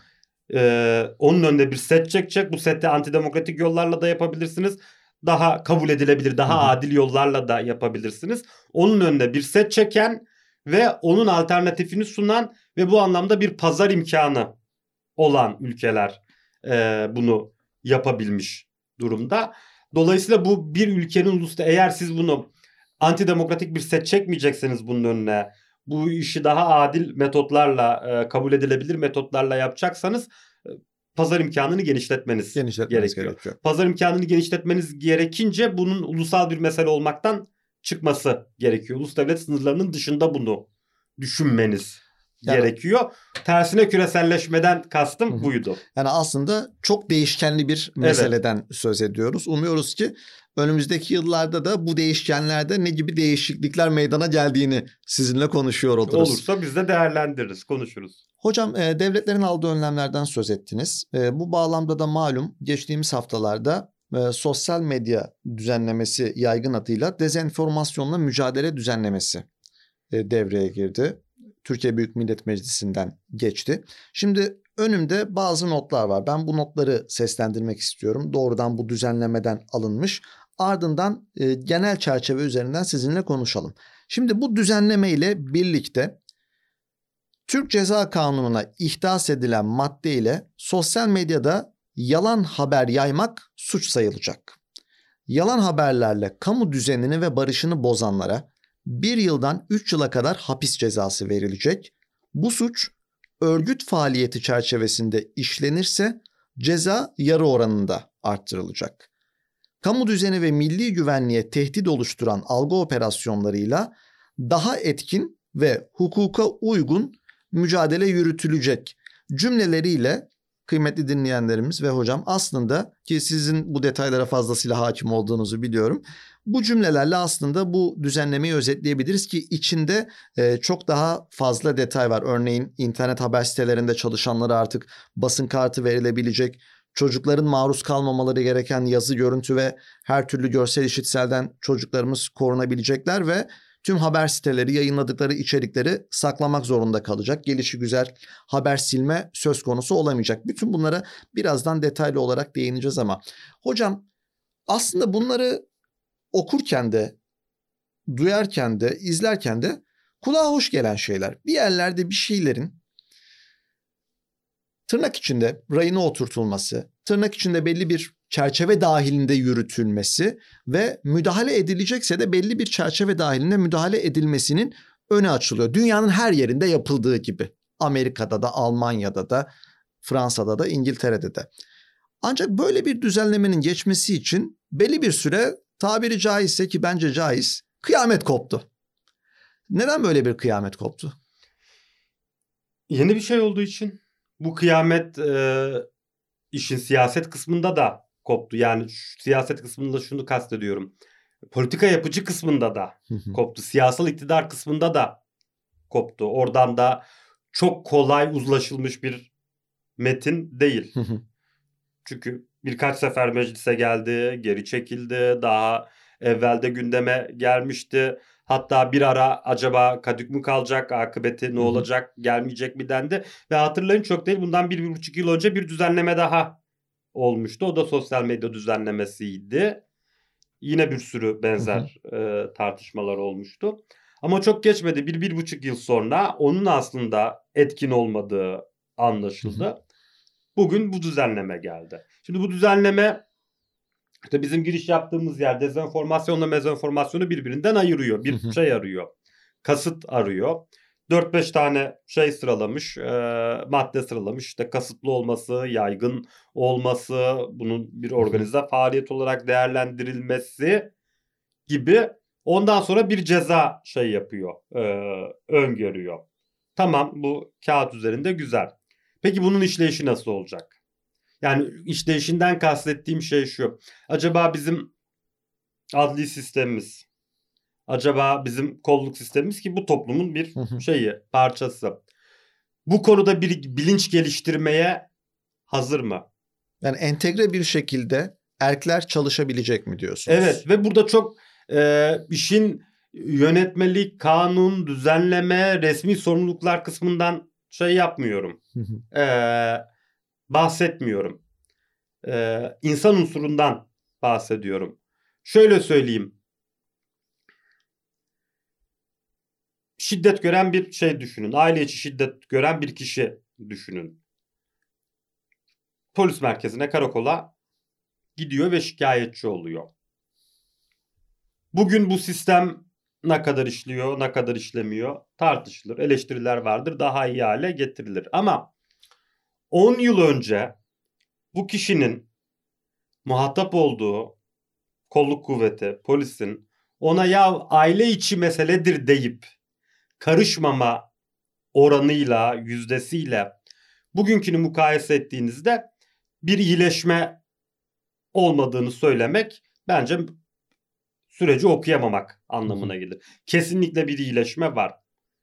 Onun önünde bir set çekecek. Bu sette antidemokratik yollarla da yapabilirsiniz. Daha kabul edilebilir, daha adil yollarla da yapabilirsiniz. Onun önünde bir set çeken ve onun alternatifini sunan ve bu anlamda bir pazar imkanı olan ülkeler bunu yapabilmiş durumda. Dolayısıyla bu bir ülkenin ulusta, eğer siz bunu antidemokratik bir set çekmeyecekseniz bunun önüne, bu işi daha adil metotlarla, kabul edilebilir metotlarla yapacaksanız pazar imkanını genişletmeniz gerekiyor. Pazar imkanını genişletmeniz gerekince bunun ulusal bir mesele olmaktan çıkması gerekiyor. Ulus devlet sınırlarının dışında bunu düşünmeniz gerekiyor. Tersine küreselleşmeden kastım buydu. Yani aslında çok değişkenli bir meseleden söz ediyoruz. Umuyoruz ki önümüzdeki yıllarda da bu değişkenlerde ne gibi değişiklikler meydana geldiğini sizinle konuşuyor oluruz. Olursa biz de değerlendiririz, konuşuruz. Hocam, devletlerin aldığı önlemlerden söz ettiniz. Bu bağlamda da malum geçtiğimiz haftalarda sosyal medya düzenlemesi yaygın adıyla dezenformasyonla mücadele düzenlemesi devreye girdi. Türkiye Büyük Millet Meclisi'nden geçti. Şimdi önümde bazı notlar var. Ben bu notları seslendirmek istiyorum. Doğrudan bu düzenlemeden alınmış. Ardından genel çerçeve üzerinden sizinle konuşalım. Şimdi bu düzenleme ile birlikte Türk Ceza Kanunu'na ihdas edilen madde ile sosyal medyada yalan haber yaymak suç sayılacak. Yalan haberlerle kamu düzenini ve barışını bozanlara 1 yıldan 3 yıla kadar hapis cezası verilecek. Bu suç örgüt faaliyeti çerçevesinde işlenirse ceza yarı oranında arttırılacak. Kamu düzeni ve milli güvenliğe tehdit oluşturan algı operasyonlarıyla daha etkin ve hukuka uygun mücadele yürütülecek cümleleriyle kıymetli dinleyenlerimiz ve hocam, aslında ki sizin bu detaylara fazlasıyla hakim olduğunuzu biliyorum. Bu cümlelerle aslında bu düzenlemeyi özetleyebiliriz ki içinde çok daha fazla detay var. Örneğin internet haber sitelerinde çalışanlara artık basın kartı verilebilecek, çocukların maruz kalmamaları gereken yazı, görüntü ve her türlü görsel işitselden çocuklarımız korunabilecekler ve tüm haber siteleri yayınladıkları içerikleri saklamak zorunda kalacak. Gelişigüzel haber silme söz konusu olamayacak. Bütün bunlara birazdan detaylı olarak değineceğiz ama hocam, aslında bunları okurken de, duyarken de, izlerken de kulağa hoş gelen şeyler. Bir yerlerde bir şeylerin tırnak içinde rayına oturtulması, tırnak içinde belli bir çerçeve dahilinde yürütülmesi ve müdahale edilecekse de belli bir çerçeve dahilinde müdahale edilmesinin önü açılıyor. Dünyanın her yerinde yapıldığı gibi. Amerika'da da, Almanya'da da, Fransa'da da, İngiltere'de de. Ancak böyle bir düzenlemenin geçmesi için belli bir süre, tabiri caizse ki bence caiz, kıyamet koptu. Neden böyle bir kıyamet koptu? Yeni bir şey olduğu için. Bu kıyamet işin siyaset kısmında da koptu. Yani siyaset kısmında şunu kastediyorum. Politika yapıcı kısmında da koptu. Siyasal iktidar kısmında da koptu. Oradan da çok kolay uzlaşılmış bir metin değil. Çünkü birkaç sefer meclise geldi, geri çekildi. Daha evvelde gündeme gelmişti. Hatta bir ara acaba kadük mü kalacak, akıbeti ne olacak, gelmeyecek mi dendi. Ve hatırlayın, çok değil, bundan 1,5 yıl önce bir düzenleme daha olmuştu. O da sosyal medya düzenlemesiydi. yine bir sürü benzer tartışmalar olmuştu. Ama çok geçmedi. 1-1,5 yıl sonra onun aslında etkin olmadığı anlaşıldı. Bugün bu düzenleme geldi. Şimdi bu düzenleme işte bizim giriş yaptığımız yer dezenformasyonla mezenformasyonu birbirinden ayırıyor. Bir şey arıyor. Kasıt arıyor. 4-5 tane şey sıralamış, madde sıralamış. İşte kasıtlı olması, yaygın olması, bunun bir organize faaliyet olarak değerlendirilmesi gibi. Ondan sonra bir ceza şey yapıyor, öngörüyor. Tamam, bu kağıt üzerinde güzel. Peki bunun işleyişi nasıl olacak? Yani işleyişinden kastettiğim şey şu. Acaba bizim adli sistemimiz, acaba bizim kolluk sistemimiz ki bu toplumun bir şeyi, parçası. Bu konuda bir bilinç geliştirmeye hazır mı? Yani entegre bir şekilde erkler çalışabilecek mi diyorsunuz? Evet ve burada çok işin yönetmelik, kanun, düzenleme, resmi sorumluluklar kısmından şey yapmıyorum. Bahsetmiyorum. İnsan unsurundan bahsediyorum. Şöyle söyleyeyim. Şiddet gören bir şey düşünün. Aile içi şiddet gören bir kişi düşünün. Polis merkezine, karakola gidiyor ve şikayetçi oluyor. Bugün bu sistem ne kadar işliyor, ne kadar işlemiyor tartışılır. Eleştiriler vardır. Daha iyi hale getirilir. Ama 10 yıl önce bu kişinin muhatap olduğu kolluk kuvveti, polisin ona ya aile içi meseledir deyip karışmama oranıyla, yüzdesiyle bugünkünü mukayese ettiğinizde bir iyileşme olmadığını söylemek bence süreci okuyamamak anlamına gelir. Kesinlikle bir iyileşme var.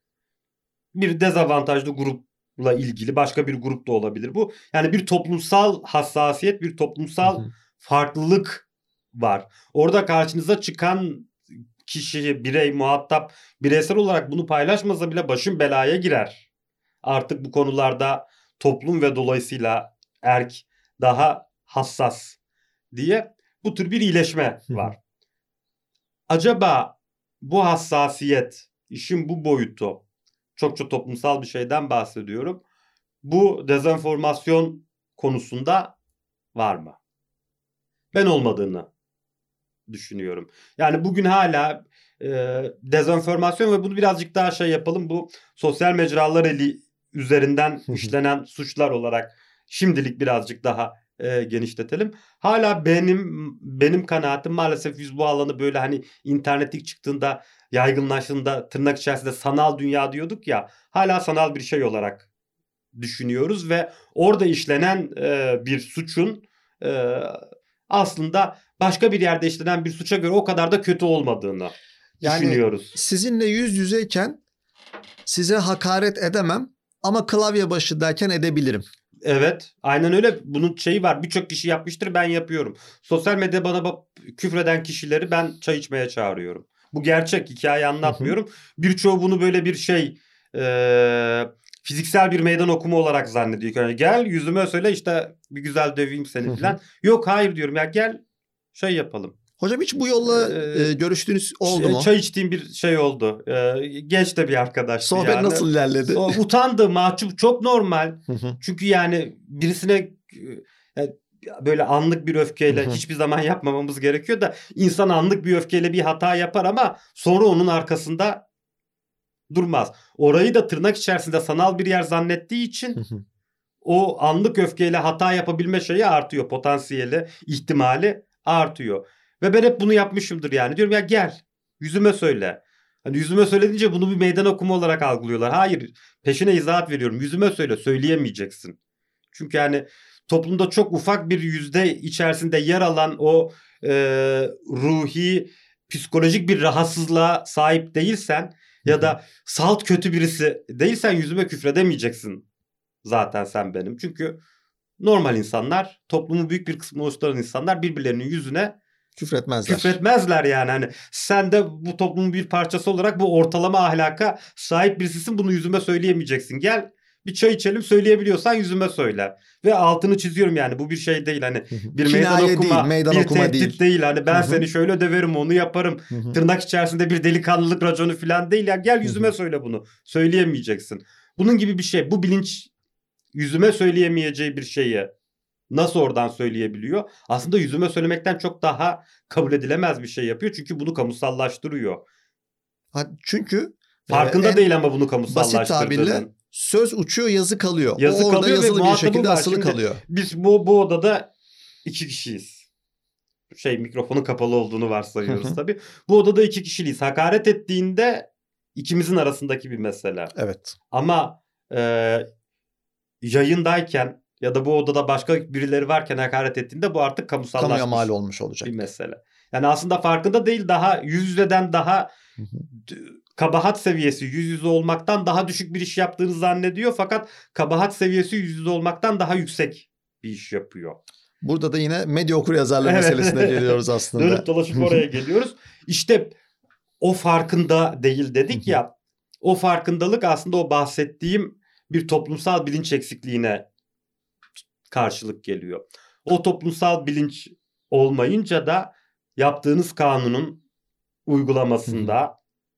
Bir dezavantajlı grupla ilgili başka bir grup da olabilir bu. Yani bir toplumsal hassasiyet, bir toplumsal farklılık var. Orada karşınıza çıkan kişi, birey, muhatap bireysel olarak bunu paylaşmasa bile başın belaya girer. Artık bu konularda toplum ve dolayısıyla erk daha hassas diye bu tür bir iyileşme var. Acaba bu hassasiyet, işin bu boyutu, çok toplumsal bir şeyden bahsediyorum. Bu dezenformasyon konusunda var mı? Ben olmadığını düşünüyorum. Yani bugün hala dezenformasyon ve bunu birazcık daha şey yapalım. Bu sosyal mecralar eli üzerinden işlenen suçlar olarak şimdilik birazcık daha genişletelim. Hala benim kanaatim maalesef biz bu alanı böyle hani internet çıktığında yaygınlaştığında tırnak içerisinde sanal dünya diyorduk ya, hala sanal bir şey olarak düşünüyoruz ve orada işlenen bir suçun aslında başka bir yerde işlenen bir suça göre o kadar da kötü olmadığını düşünüyoruz. Sizinle yüz yüzeyken size hakaret edemem ama klavye başındayken edebilirim. Evet, aynen öyle. Bunun şeyi var. Birçok kişi yapmıştır, ben yapıyorum. Sosyal medyada bana küfreden kişileri ben çay içmeye çağırıyorum. Bu gerçek, hikaye anlatmıyorum. Birçoğu bunu böyle bir şey fiziksel bir meydan okuma olarak zannediyor. Yani gel yüzüme söyle işte bir güzel döveyim seni falan. Yok hayır diyorum ya, gel şey yapalım. Hocam hiç bu yolla görüştüğünüz oldu mu? Çay içtiğim bir şey oldu. Genç de bir arkadaştı. Sohbet yani nasıl ilerledi? Utandı, mahcup, çok normal. Çünkü yani birisine böyle anlık bir öfkeyle hiçbir zaman yapmamamız gerekiyor da insan anlık bir öfkeyle bir hata yapar ama sonra onun arkasında durmaz. Orayı da tırnak içerisinde sanal bir yer zannettiği için o anlık öfkeyle hata yapabilme şeyi artıyor. Potansiyeli, ihtimali artıyor. Ve ben hep bunu yapmışımdır yani. Diyorum ya gel yüzüme söyle. Hani yüzüme söyleyince bunu bir meydan okuma olarak algılıyorlar. Hayır, peşine izahat veriyorum. Yüzüme söyle, söyleyemeyeceksin. Çünkü yani toplumda çok ufak bir yüzde içerisinde yer alan o ruhi, psikolojik bir rahatsızlığa sahip değilsen ya da salt kötü birisi değilsen yüzüme küfredemeyeceksin zaten sen benim. Çünkü normal insanlar, toplumun büyük bir kısmını oluşturan insanlar birbirlerinin yüzüne küfretmezler yani. Hani sen de bu toplumun bir parçası olarak bu ortalama ahlaka sahip birisisin, bunu yüzüme söyleyemeyeceksin. Gel bir çay içelim, söyleyebiliyorsan yüzüme söyle. Ve altını çiziyorum yani, bu bir şey değil hani, bir meydan okuma, değil, meydan bir okuma tehdit değil. Hani ben Hı hı. seni şöyle döverim, onu yaparım. Tırnak içerisinde bir delikanlılık raconu falan değil ya, gel yüzüme söyle bunu. Söyleyemeyeceksin. Bunun gibi bir şey. Bu bilinç yüzüme söyleyemeyeceği bir şeyi nasıl oradan söyleyebiliyor? Aslında yüzüme söylemekten çok daha kabul edilemez bir şey yapıyor. Çünkü bunu kamusallaştırıyor. Çünkü Farkında değil ama bunu basit tabirle kamusallaştırdığının. söz uçuyor, yazı kalıyor. Yazı O orada kalıyor ve yazılı bir muhatabı şekilde var. asılı Şimdi kalıyor. biz bu odada 2 kişiyiz. Mikrofonun kapalı olduğunu varsayıyoruz tabii. Bu odada 2 kişiliyiz. Hakaret ettiğinde ikimizin arasındaki bir mesele. Evet. Ama yayındayken ya da bu odada başka birileri varken hakaret ettiğinde bu artık kamusallaşmış, kamuya mal olmuş olacak bir mesele. Yani aslında farkında değil, daha yüz yüzeden daha kabahat seviyesi yüz yüze olmaktan daha düşük bir iş yaptığını zannediyor. Fakat kabahat seviyesi yüz yüze olmaktan daha yüksek bir iş yapıyor. Burada da yine medya okuryazarlığı meselesine geliyoruz aslında. Dönüp dolaşıp oraya geliyoruz. İşte o farkında değil dedik ya. O farkındalık aslında o bahsettiğim bir toplumsal bilinç eksikliğine karşılık geliyor. O toplumsal bilinç olmayınca da yaptığınız kanunun uygulamasında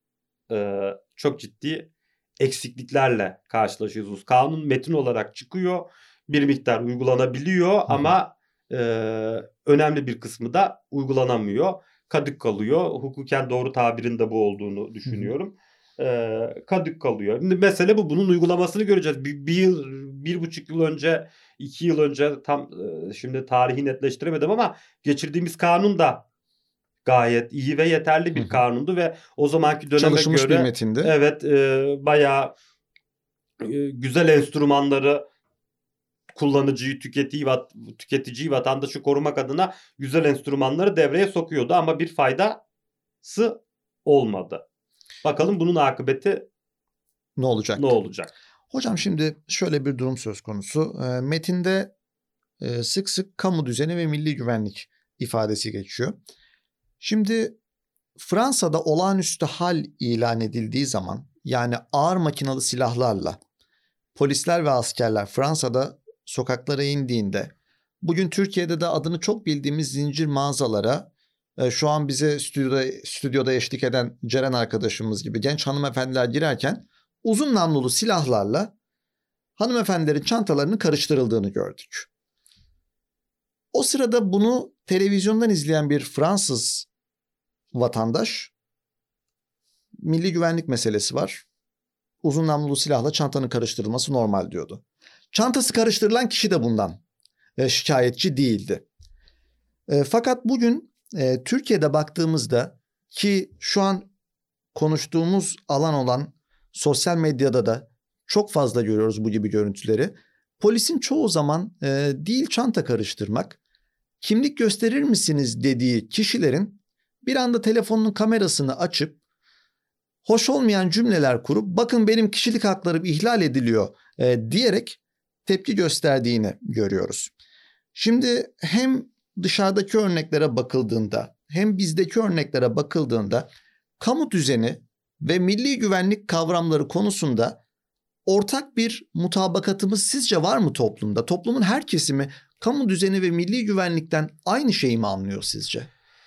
çok ciddi eksikliklerle karşılaşıyorsunuz. Kanun metin olarak çıkıyor, bir miktar uygulanabiliyor ama önemli bir kısmı da uygulanamıyor. Kadük kalıyor. Hukuken doğru tabirin de bu olduğunu düşünüyorum. Kadük kalıyor. Şimdi mesele bu. Bunun uygulamasını göreceğiz. Bir yıl, 1,5 yıl önce, 2 yıl önce, tam şimdi tarihi netleştiremedim ama geçirdiğimiz kanun da gayet iyi ve yeterli bir kanundu ve o zamanki döneme çalışılmış göre bir metindi. Evet, bayağı güzel enstrümanları, kullanıcıyı, tüketiciyi, vatandaşı korumak adına güzel enstrümanları devreye sokuyordu ama bir faydası olmadı. Bakalım bunun akıbeti ne olacak? Hocam şimdi şöyle bir durum söz konusu. Metinde sık sık kamu düzeni ve milli güvenlik ifadesi geçiyor. Şimdi Fransa'da olağanüstü hal ilan edildiği zaman, yani ağır makinalı silahlarla polisler ve askerler Fransa'da sokaklara indiğinde, bugün Türkiye'de de adını çok bildiğimiz zincir mağazalara şu an bize stüdyoda eşlik eden Ceren arkadaşımız gibi genç hanımefendiler girerken uzun namlulu silahlarla hanımefendilerin çantalarını karıştırıldığını gördük. O sırada bunu televizyondan izleyen bir Fransız vatandaş, milli güvenlik meselesi var, uzun namlulu silahla çantanın karıştırılması normal diyordu. Çantası karıştırılan kişi de bundan şikayetçi değildi. Fakat bugün Türkiye'de baktığımızda, ki şu an konuştuğumuz alan olan sosyal medyada da çok fazla görüyoruz bu gibi görüntüleri. Polisin çoğu zaman değil çanta karıştırmak, kimlik gösterir misiniz dediği kişilerin bir anda telefonun kamerasını açıp hoş olmayan cümleler kurup bakın benim kişilik haklarım ihlal ediliyor diyerek tepki gösterdiğini görüyoruz. Şimdi hem dışarıdaki örneklere bakıldığında hem bizdeki örneklere bakıldığında kamu düzeni ve milli güvenlik kavramları konusunda ortak bir mutabakatımız sizce var mı toplumda? Toplumun her kesimi kamu düzeni ve milli güvenlikten aynı şeyi mi anlıyor sizce?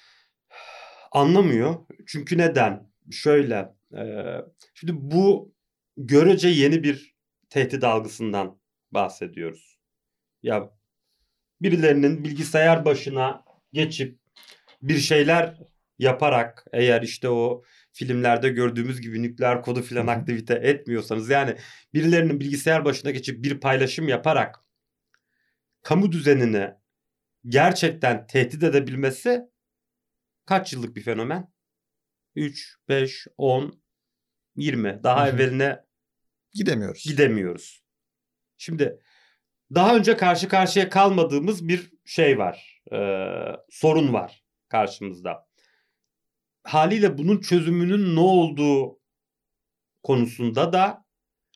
Anlamıyor. Çünkü neden? Şöyle, şimdi bu görece yeni bir tehdit algısından bahsediyoruz. Ya birilerinin bilgisayar başına geçip bir şeyler yaparak, eğer işte o filmlerde gördüğümüz gibi nükleer kodu filan aktivite etmiyorsanız, yani birilerinin bilgisayar başına geçip bir paylaşım yaparak kamu düzenini gerçekten tehdit edebilmesi kaç yıllık bir fenomen? 3, 5, 10, 20. Daha evveline gidemiyoruz. Şimdi daha önce karşı karşıya kalmadığımız bir şey var. Sorun var karşımızda. Haliyle bunun çözümünün ne olduğu konusunda da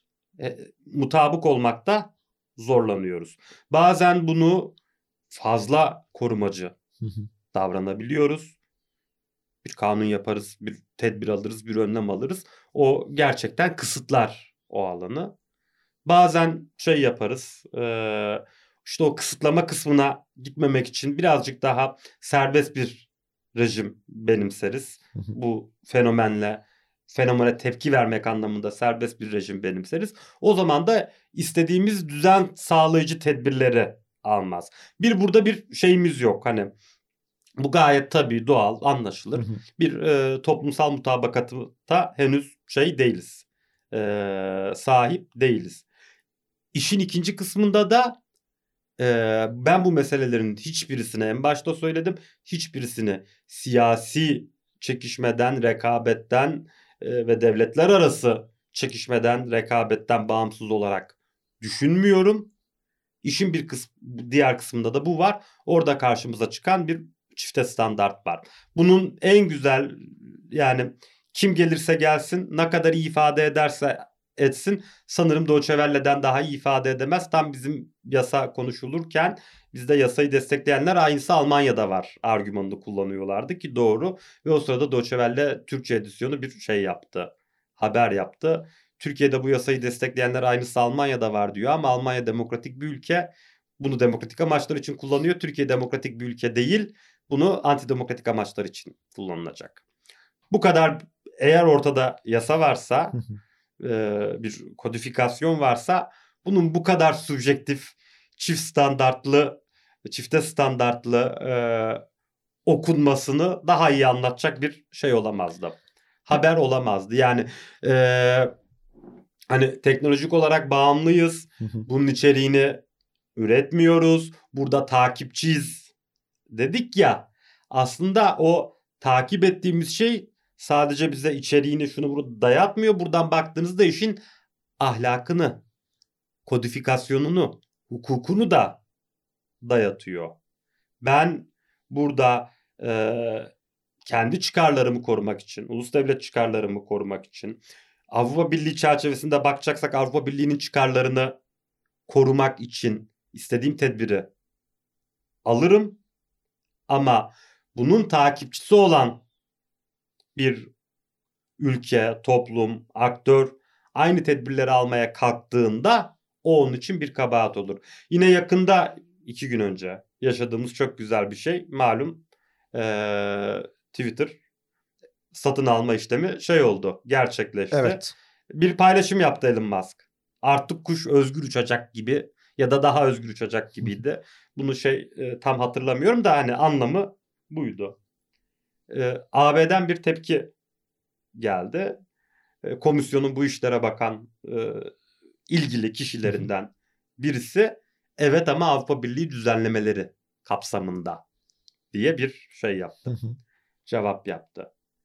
mutabık olmakta zorlanıyoruz. Bazen bunu fazla korumacı davranabiliyoruz. Bir kanun yaparız, bir tedbir alırız, bir önlem alırız. O gerçekten kısıtlar o alanı. Bazen şey yaparız. İşte o kısıtlama kısmına gitmemek için birazcık daha serbest bir rejim benimseriz. Bu fenomene tepki vermek anlamında serbest bir rejim benimseriz. O zaman da istediğimiz düzen sağlayıcı tedbirleri almaz. Burada bir şeyimiz yok. Hani bu gayet tabii, doğal, anlaşılır. Bir toplumsal mutabakata henüz şey değiliz. Sahip değiliz. İşin ikinci kısmında da ben bu meselelerin hiçbirisine, en başta söyledim, hiçbirisini siyasi çekişmeden, rekabetten ve devletler arası çekişmeden, rekabetten bağımsız olarak düşünmüyorum. İşin diğer kısmında da bu var. Orada karşımıza çıkan bir çifte standart var. Bunun en güzel, yani kim gelirse gelsin, ne kadar iyi ifade ederse etsin, sanırım Deutsche Welle'den daha iyi ifade edemez. Tam bizim yasa konuşulurken bizde yasayı destekleyenler aynısı Almanya'da var argümanını kullanıyorlardı ki doğru. Ve o sırada Deutsche Welle Türkçe edisyonu bir şey yaptı. Haber yaptı. Türkiye'de bu yasayı destekleyenler aynısı Almanya'da var diyor ama Almanya demokratik bir ülke. Bunu demokratik amaçlar için kullanıyor. Türkiye demokratik bir ülke değil. Bunu antidemokratik amaçlar için kullanılacak. Bu kadar, eğer ortada yasa varsa, bir kodifikasyon varsa, bunun bu kadar subjektif, çifte standartlı okunmasını daha iyi anlatacak bir şey olamazdı. Haber olamazdı. Yani hani teknolojik olarak bağımlıyız. Bunun içeriğini üretmiyoruz. Burada takipçiyiz dedik ya. Aslında o takip ettiğimiz şey sadece bize içeriğini, şunu bunu dayatmıyor. Buradan baktığınızda işin ahlakını, kodifikasyonunu, hukukunu da dayatıyor. Ben burada kendi çıkarlarımı korumak için, ulus devlet çıkarlarımı korumak için, Avrupa Birliği çerçevesinde bakacaksak Avrupa Birliği'nin çıkarlarını korumak için istediğim tedbiri alırım. Ama bunun takipçisi olan bir ülke, toplum, aktör aynı tedbirleri almaya kalktığında o onun için bir kabahat olur. Yine yakında 2 gün önce yaşadığımız çok güzel bir şey. Malum Twitter satın alma işlemi oldu, gerçekleşti. Evet. Bir paylaşım yaptı Elon Musk. Artık kuş özgür uçacak gibi ya da daha özgür uçacak gibiydi. Bunu tam hatırlamıyorum da hani anlamı buydu. AB'den bir tepki geldi. Komisyonun bu işlere bakan ilgili kişilerinden birisi, evet ama Avrupa Birliği düzenlemeleri kapsamında diye bir şey yaptı. Cevap yaptı.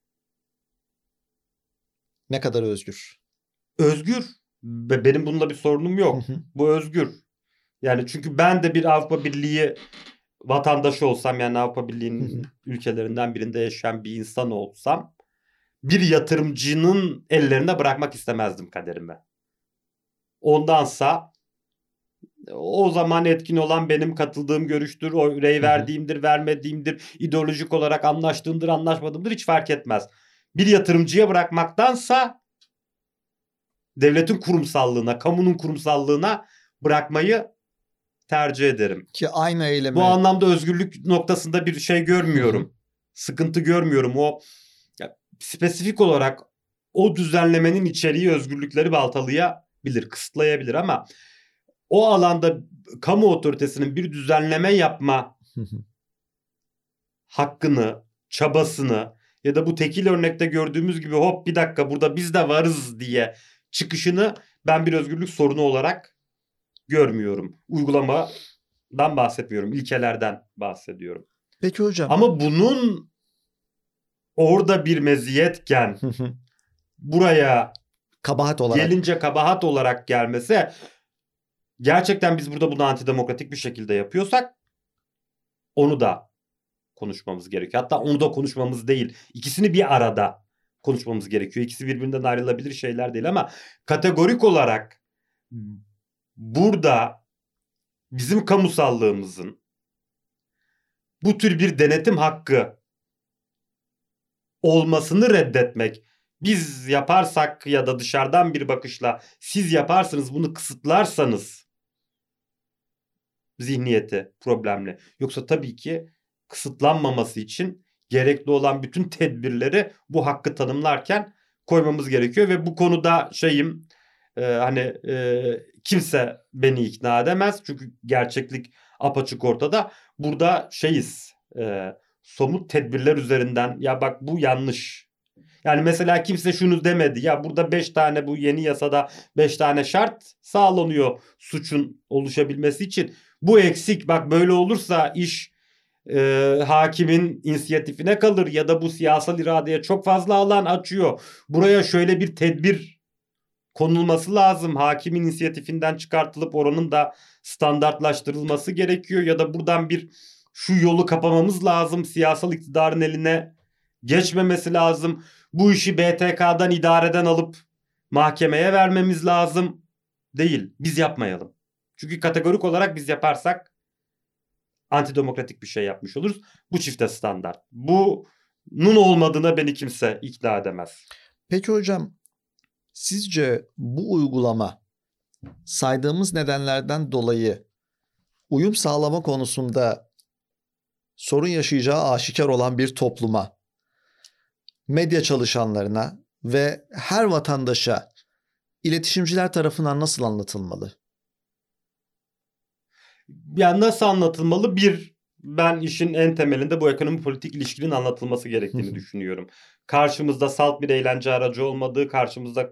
Ne kadar özgür? Özgür. Benim bununla bir sorunum yok. Bu özgür. Yani çünkü ben de bir Avrupa Birliği vatandaşı olsam, yani Avrupa Birliği'nin ülkelerinden birinde yaşayan bir insan olsam, bir yatırımcının ellerine bırakmak istemezdim kaderimi. Ondansa o zaman etkin olan benim katıldığım görüştür, rey verdiğimdir, vermediğimdir, ideolojik olarak anlaştığımdır, anlaşmadığımdır, hiç fark etmez. Bir yatırımcıya bırakmaktansa devletin kurumsallığına, kamunun kurumsallığına bırakmayı tercih ederim. Ki aynı eylemi... Bu anlamda özgürlük noktasında bir şey görmüyorum. Sıkıntı görmüyorum. O spesifik olarak o düzenlemenin içeriği özgürlükleri baltalayabilir, kısıtlayabilir ama o alanda kamu otoritesinin bir düzenleme yapma hakkını, çabasını ya da bu tekil örnekte gördüğümüz gibi hop bir dakika burada biz de varız diye çıkışını ben bir özgürlük sorunu olarak görmüyorum. Uygulamadan bahsetmiyorum, ilkelerden bahsediyorum. Peki hocam. Ama bunun orada bir meziyetken buraya kabahat olarak gelince kabahat olarak gelmesi, gerçekten biz burada bunu antidemokratik bir şekilde yapıyorsak onu da konuşmamız gerekiyor. Hatta onu da konuşmamız değil, İkisini bir arada konuşmamız gerekiyor. İkisi birbirinden ayrılabilir şeyler değil ama kategorik olarak burada bizim kamusallığımızın bu tür bir denetim hakkı olmasını reddetmek biz yaparsak ya da dışarıdan bir bakışla siz yaparsınız, bunu kısıtlarsanız zihniyeti problemli. Yoksa tabii ki kısıtlanmaması için gerekli olan bütün tedbirleri bu hakkı tanımlarken koymamız gerekiyor ve bu konuda kimse beni ikna edemez. Çünkü gerçeklik apaçık ortada. Burada somut tedbirler üzerinden ya bak bu yanlış. Yani mesela kimse şunu demedi. Ya burada 5 tane bu yeni yasada 5 tane şart sağlanıyor suçun oluşabilmesi için. Bu eksik. Bak böyle olursa iş hakimin inisiyatifine kalır ya da bu siyasal iradeye çok fazla alan açıyor. Buraya şöyle bir tedbir konulması lazım. Hakimin inisiyatifinden çıkartılıp oranın da standartlaştırılması gerekiyor ya da buradan şu yolu kapamamız lazım. Siyasal iktidarın eline geçmemesi lazım. Bu işi BTK'dan idareden alıp mahkemeye vermemiz lazım. Değil. Biz yapmayalım. Çünkü kategorik olarak biz yaparsak antidemokratik bir şey yapmış oluruz. Bu çifte standart. Bunun olmadığına beni kimse ikna edemez. Peki hocam, sizce bu uygulama saydığımız nedenlerden dolayı uyum sağlama konusunda sorun yaşayacağı aşikar olan bir topluma, medya çalışanlarına ve her vatandaşa iletişimciler tarafından nasıl anlatılmalı? Yani nasıl anlatılmalı? Ben işin en temelinde bu ekonomi politik ilişkinin anlatılması gerektiğini düşünüyorum. Karşımızda salt bir eğlence aracı olmadığı, karşımızda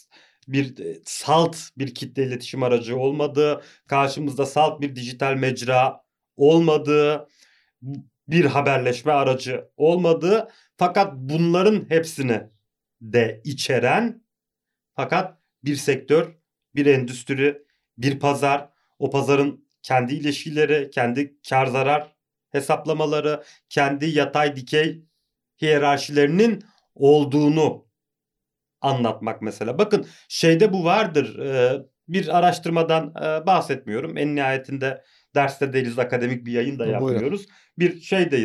salt bir kitle iletişim aracı olmadığı, karşımızda salt bir dijital mecra olmadığı, bir haberleşme aracı olmadığı, fakat bunların hepsini de içeren, fakat bir sektör, bir endüstri, bir pazar, o pazarın kendi ilişkileri, kendi kar zarar hesaplamaları, kendi yatay dikey hiyerarşilerinin olduğunu anlatmak mesela. Bakın bu vardır. Bir araştırmadan bahsetmiyorum. En nihayetinde derste değiliz, akademik bir yayın da yapmıyoruz. Bir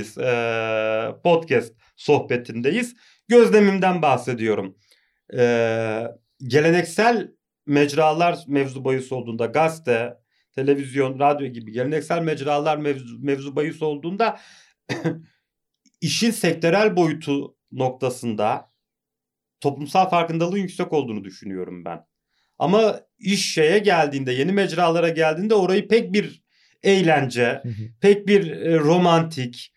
podcast sohbetindeyiz. Gözlemimden bahsediyorum. Geleneksel mecralar mevzu bahis olduğunda, gazete, televizyon, radyo gibi geleneksel mecralar mevzu bahis olduğunda işin sektörel boyutu noktasında toplumsal farkındalığın yüksek olduğunu düşünüyorum ben. Ama iş geldiğinde, yeni mecralara geldiğinde orayı pek bir eğlence, pek bir romantik,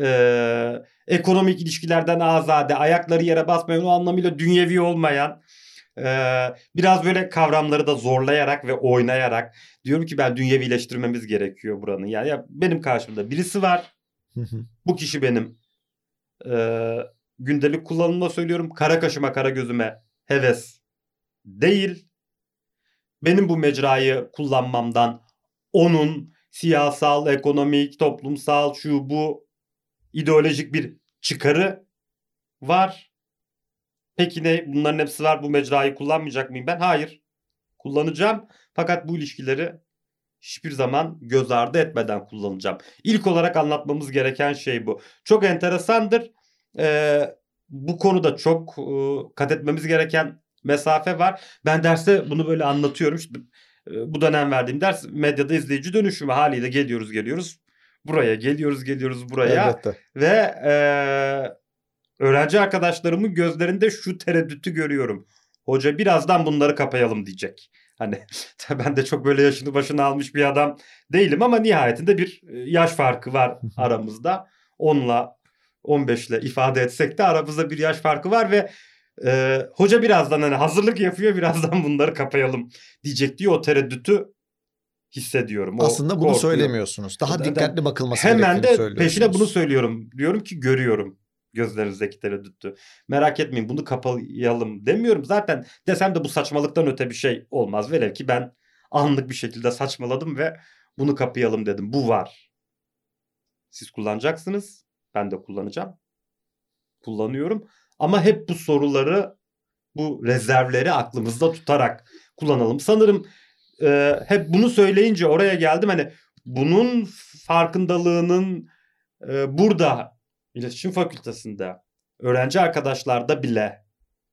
ekonomik ilişkilerden azade, ayakları yere basmayan, o anlamıyla dünyevi olmayan, biraz böyle kavramları da zorlayarak ve oynayarak diyorum ki ben dünyevileştirmemiz gerekiyor buranın. Yani benim karşımda birisi var. Bu kişi benim gündelik kullanımda söylüyorum, kara kaşıma kara gözüme heves değil. Benim bu mecrayı kullanmamdan onun siyasal, ekonomik, toplumsal, bu ideolojik bir çıkarı var. Peki bunların hepsi var, bu mecrayı kullanmayacak mıyım ben? Hayır. Kullanacağım. Fakat bu ilişkileri hiçbir zaman göz ardı etmeden kullanacağım. İlk olarak anlatmamız gereken bu. Çok enteresandır. Bu konuda çok kat etmemiz gereken mesafe var. Ben derste bunu böyle anlatıyorum. İşte, bu dönem verdiğim ders medyada izleyici dönüşümü, haliyle geliyoruz buraya, geliyoruz buraya. Elbette. Ve öğrenci arkadaşlarımın gözlerinde şu tereddütü görüyorum. Hoca birazdan bunları kapayalım diyecek. Hani ben de çok böyle yaşını başına almış bir adam değilim ama nihayetinde bir yaş farkı var aramızda. 10'la 15'le ifade etsek de aramızda bir yaş farkı var ve hoca birazdan hazırlık yapıyor, birazdan bunları kapayalım diyecek diye o tereddütü hissediyorum. Aslında bunu söylemiyorsunuz. Daha dikkatli bakılması gerektiğini söylüyorsunuz. Hemen de peşine bunu söylüyorum. Diyorum ki görüyorum gözlerinizdeki tereddütü. Merak etmeyin, bunu kapayalım demiyorum. Zaten desem de bu saçmalıktan öte bir şey olmaz. Velev ki ben anlık bir şekilde saçmaladım ve bunu kapayalım dedim. Bu var. Siz kullanacaksınız. Ben de kullanacağım. Kullanıyorum. Ama hep bu soruları, bu rezervleri aklımızda tutarak kullanalım. Sanırım hep bunu söyleyince oraya geldim. Hani bunun farkındalığının burada İletişim Fakültesi'nde öğrenci arkadaşlarda bile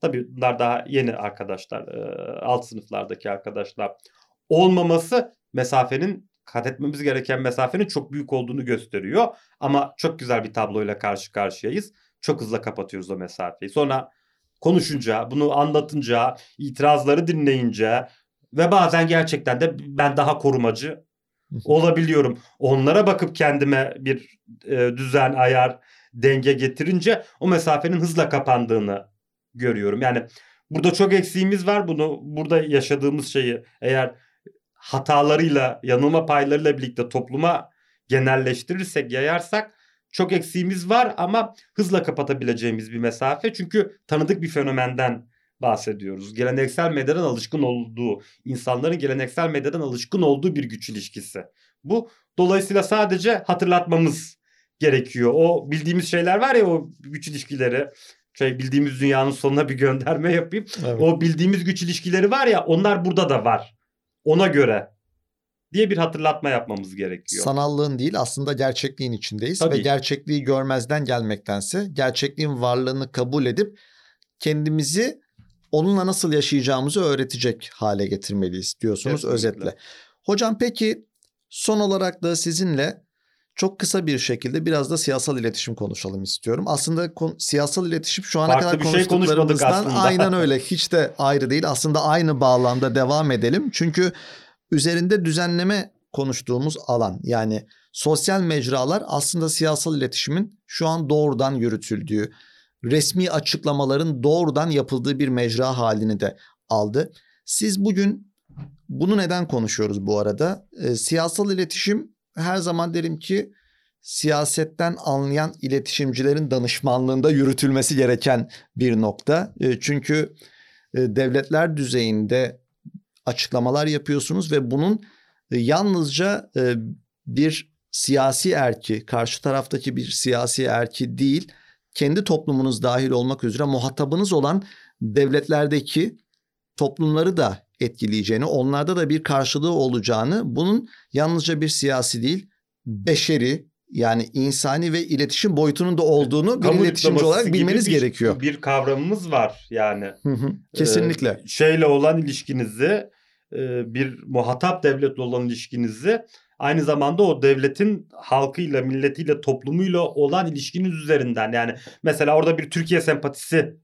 tabii bunlar daha yeni arkadaşlar, alt sınıflardaki arkadaşlar olmaması mesafenin, kat etmemiz gereken mesafenin çok büyük olduğunu gösteriyor. Ama çok güzel bir tabloyla karşı karşıyayız. Çok hızlı kapatıyoruz o mesafeyi. Sonra konuşunca, bunu anlatınca, itirazları dinleyince ve bazen gerçekten de ben daha korumacı olabiliyorum. Onlara bakıp kendime bir düzen, ayar, denge getirince o mesafenin hızla kapandığını görüyorum. Yani burada çok eksiğimiz var. Bunu, burada yaşadığımız şeyi eğer hatalarıyla, yanılma paylarıyla birlikte topluma genelleştirirsek, yayarsak çok eksiğimiz var ama hızla kapatabileceğimiz bir mesafe. Çünkü tanıdık bir fenomenden bahsediyoruz. Geleneksel medyadan alışkın olduğu, insanların geleneksel medyadan alışkın olduğu bir güç ilişkisi. Bu dolayısıyla sadece hatırlatmamız gerekiyor. O bildiğimiz şeyler var ya, o güç ilişkileri, bildiğimiz dünyanın sonuna bir gönderme yapayım. Evet. O bildiğimiz güç ilişkileri var ya, onlar burada da var. Ona göre diye bir hatırlatma yapmamız gerekiyor. Sanallığın değil, aslında gerçekliğin içindeyiz. Tabii. Ve gerçekliği görmezden gelmektense gerçekliğin varlığını kabul edip kendimizi onunla nasıl yaşayacağımızı öğretecek hale getirmeliyiz diyorsunuz. Kesinlikle. Özetle. Hocam peki son olarak da sizinle çok kısa bir şekilde biraz da siyasal iletişim konuşalım istiyorum. Aslında siyasal iletişim şu ana Farklı kadar bir şey konuşmadık konuştuklarımızdan aslında. aynen öyle, hiç de ayrı değil. Aslında aynı bağlamda devam edelim. Çünkü üzerinde düzenleme konuştuğumuz alan, yani sosyal mecralar aslında siyasal iletişimin şu an doğrudan yürütüldüğü, resmi açıklamaların doğrudan yapıldığı bir mecra halini de aldı. Siz bugün bunu neden konuşuyoruz bu arada? Siyasal iletişim, her zaman derim ki, siyasetten anlayan iletişimcilerin danışmanlığında yürütülmesi gereken bir nokta. Çünkü devletler düzeyinde açıklamalar yapıyorsunuz ve bunun yalnızca bir siyasi erki, karşı taraftaki bir siyasi erki değil, kendi toplumunuz dahil olmak üzere muhatabınız olan devletlerdeki toplumları da etkileyeceğini, onlarda da bir karşılığı olacağını, bunun yalnızca bir siyasi değil, beşeri, yani insani ve iletişim boyutunun da olduğunu bir iletişimci olarak bilmeniz gerekiyor. Bir kavramımız var yani. Kesinlikle. Şeyle olan ilişkinizi, bir muhatap devletle olan ilişkinizi, aynı zamanda o devletin halkıyla, milletiyle, toplumuyla olan ilişkiniz üzerinden, yani mesela orada bir Türkiye sempatisi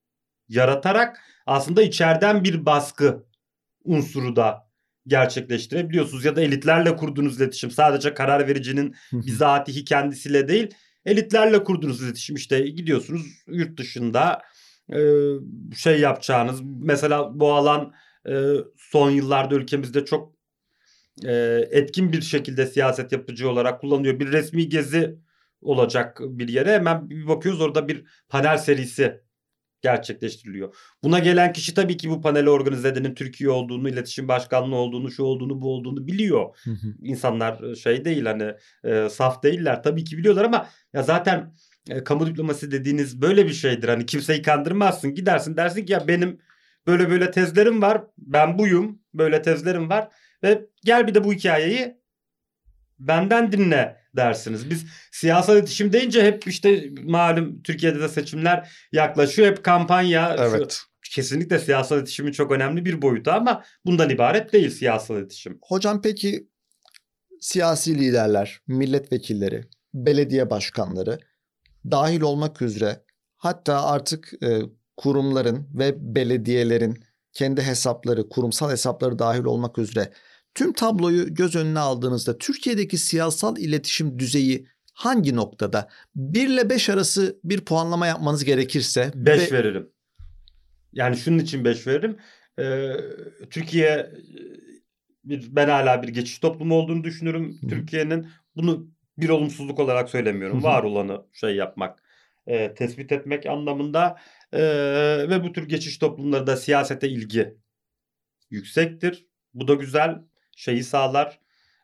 yaratarak aslında içeriden bir baskı unsuru da gerçekleştirebiliyorsunuz. Ya da elitlerle kurduğunuz iletişim, sadece karar vericinin bizatihi kendisiyle değil, elitlerle kurduğunuz iletişim. İşte gidiyorsunuz yurt dışında şey yapacağınız, mesela bu alan son yıllarda ülkemizde çok etkin bir şekilde siyaset yapıcı olarak kullanılıyor. Bir resmi gezi olacak bir yere, hemen bir bakıyoruz orada bir panel serisi gerçekleştiriliyor. Buna gelen kişi tabii ki bu paneli organize edenin Türkiye olduğunu, iletişim başkanlığı olduğunu, şu olduğunu, bu olduğunu biliyor. İnsanlar şey değil, hani saf değiller, tabii ki biliyorlar ama ya zaten kamu diplomasi dediğiniz böyle bir şeydir. Hani kimseyi kandırmazsın, gidersin dersin ki ya benim böyle böyle tezlerim var, ben buyum, böyle tezlerim var ve gel bir de bu hikayeyi benden dinle dersiniz. Biz siyasal iletişim deyince hep işte malum Türkiye'de de seçimler yaklaşıyor. Hep kampanya. Evet. Kesinlikle siyasal iletişimin çok önemli bir boyutu ama bundan ibaret değil siyasal iletişim. Hocam peki siyasi liderler, milletvekilleri, belediye başkanları dahil olmak üzere, hatta artık kurumların ve belediyelerin kendi hesapları, kurumsal hesapları dahil olmak üzere tüm tabloyu göz önüne aldığınızda Türkiye'deki siyasal iletişim düzeyi hangi noktada? 1 ile 5 arası bir puanlama yapmanız gerekirse 5 veririm. Yani şunun için 5 veririm. Türkiye ben hala bir geçiş toplumu olduğunu düşünüyorum. Türkiye'nin, bunu bir olumsuzluk olarak söylemiyorum. Var olanı şey yapmak, tespit etmek anlamında ve bu tür geçiş toplumlarında siyasete ilgi yüksektir. Bu da güzel, şeyi sağlar.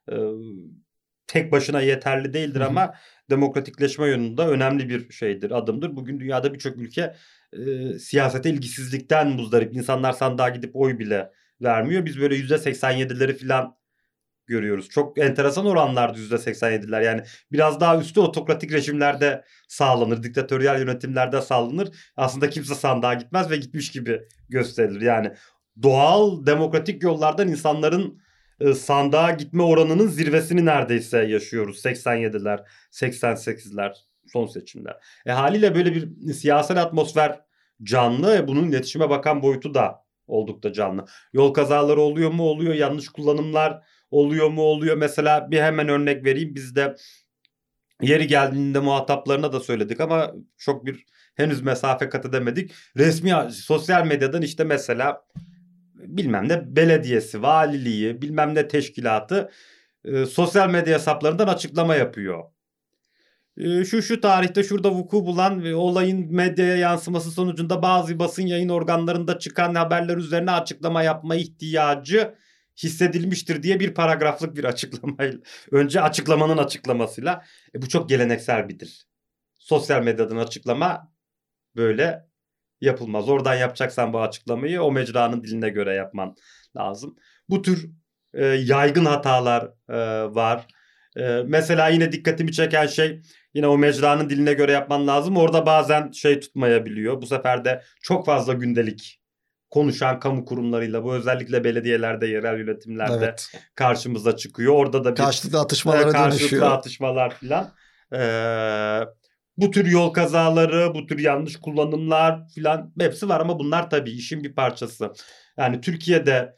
Tek başına yeterli değildir ama demokratikleşme yönünde önemli bir şeydir, adımdır. Bugün dünyada birçok ülke siyasete ilgisizlikten muzdarip. İnsanlar sandığa gidip oy bile vermiyor. Biz böyle %87'leri falan görüyoruz. Çok enteresan oranlarda %87'ler. Yani biraz daha üstü otokratik rejimlerde sağlanır. Diktatöryal yönetimlerde sağlanır. Aslında kimse sandığa gitmez ve gitmiş gibi gösterilir. Yani doğal demokratik yollardan insanların sandığa gitme oranının zirvesini neredeyse yaşıyoruz. 87'ler, 88'ler son seçimler. Haliyle böyle bir siyasal atmosfer canlı. Bunun iletişime bakan boyutu da oldukça canlı. Yol kazaları oluyor mu? Oluyor. Yanlış kullanımlar oluyor mu? Oluyor. Mesela bir hemen örnek vereyim. Bizde yeri geldiğinde muhataplarına da söyledik ama çok bir henüz mesafe kat edemedik. Resmi sosyal medyadan işte mesela bilmem ne belediyesi, valiliği, bilmem ne teşkilatı sosyal medya hesaplarından açıklama yapıyor. Şu tarihte şurada vuku bulan ve olayın medyaya yansıması sonucunda bazı basın yayın organlarında çıkan haberler üzerine açıklama yapma ihtiyacı hissedilmiştir diye bir paragraflık bir açıklamayla. Önce açıklamanın açıklamasıyla. Bu çok geleneksel bir dil. Sosyal medyadan açıklama böyle yapılmaz. Oradan yapacaksan bu açıklamayı o mecranın diline göre yapman lazım. Bu tür yaygın hatalar var. Mesela yine dikkatimi çeken şey yine o mecranın diline göre yapman lazım. Orada bazen şey tutmayabiliyor. Bu sefer de çok fazla gündelik konuşan kamu kurumlarıyla bu özellikle belediyelerde, yerel yönetimlerde karşımıza çıkıyor. Orada da bir karşılıklı atışmalara dönüşüyor. Atışmalar filan. Bu tür yol kazaları, bu tür yanlış kullanımlar filan hepsi var ama bunlar tabii işin bir parçası. Yani Türkiye'de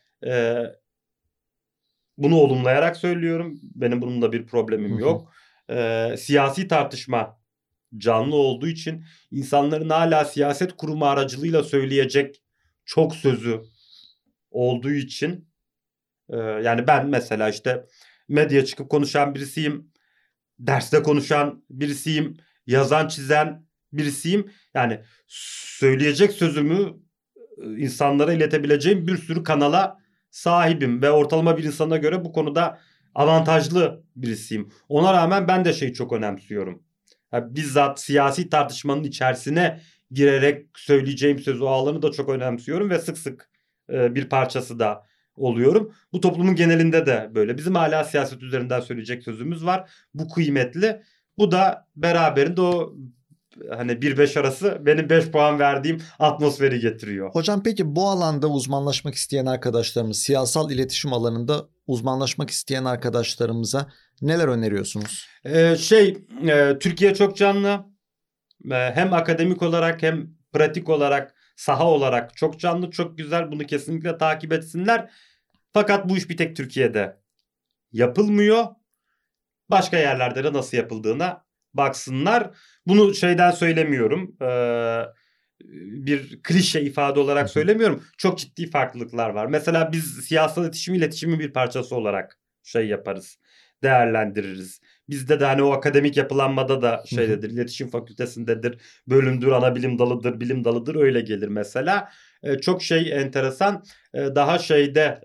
bunu olumlayarak söylüyorum. Benim bununla bir problemim yok. Siyasi tartışma canlı olduğu için insanların hala siyaset kurumu aracılığıyla söyleyecek çok sözü olduğu için yani ben mesela işte medya çıkıp konuşan birisiyim. Derste konuşan birisiyim. Yazan çizen birisiyim. Yani söyleyecek sözümü insanlara iletebileceğim bir sürü kanala sahibim ve ortalama bir insana göre bu konuda avantajlı birisiyim. Ona rağmen ben de şeyi çok önemsiyorum. Yani bizzat siyasi tartışmanın içerisine girerek söyleyeceğim söz ağlarını da çok önemsiyorum ve sık sık bir parçası da oluyorum. Bu toplumun genelinde de böyle. Bizim hala siyaset üzerinden söyleyecek sözümüz var. Bu kıymetli. Bu da beraberinde o hani 1-5 arası benim 5 puan verdiğim atmosferi getiriyor. Hocam peki bu alanda uzmanlaşmak isteyen arkadaşlarımız, siyasal iletişim alanında uzmanlaşmak isteyen arkadaşlarımıza neler öneriyorsunuz? Türkiye çok canlı. Hem akademik olarak hem pratik olarak, saha olarak çok canlı, çok güzel. Bunu kesinlikle takip etsinler. Fakat bu iş bir tek Türkiye'de yapılmıyor. Başka yerlerde de nasıl yapıldığına baksınlar. Bunu şeyden söylemiyorum. Bir klişe ifade olarak söylemiyorum. Çok ciddi farklılıklar var. Mesela biz siyasal iletişimin bir parçası olarak şey yaparız. Değerlendiririz. Bizde de hani o akademik yapılanmada da şeydedir. İletişim fakültesindedir. Bölümdür, ana bilim dalıdır, bilim dalıdır. Öyle gelir mesela. Çok şey enteresan. Daha şeyde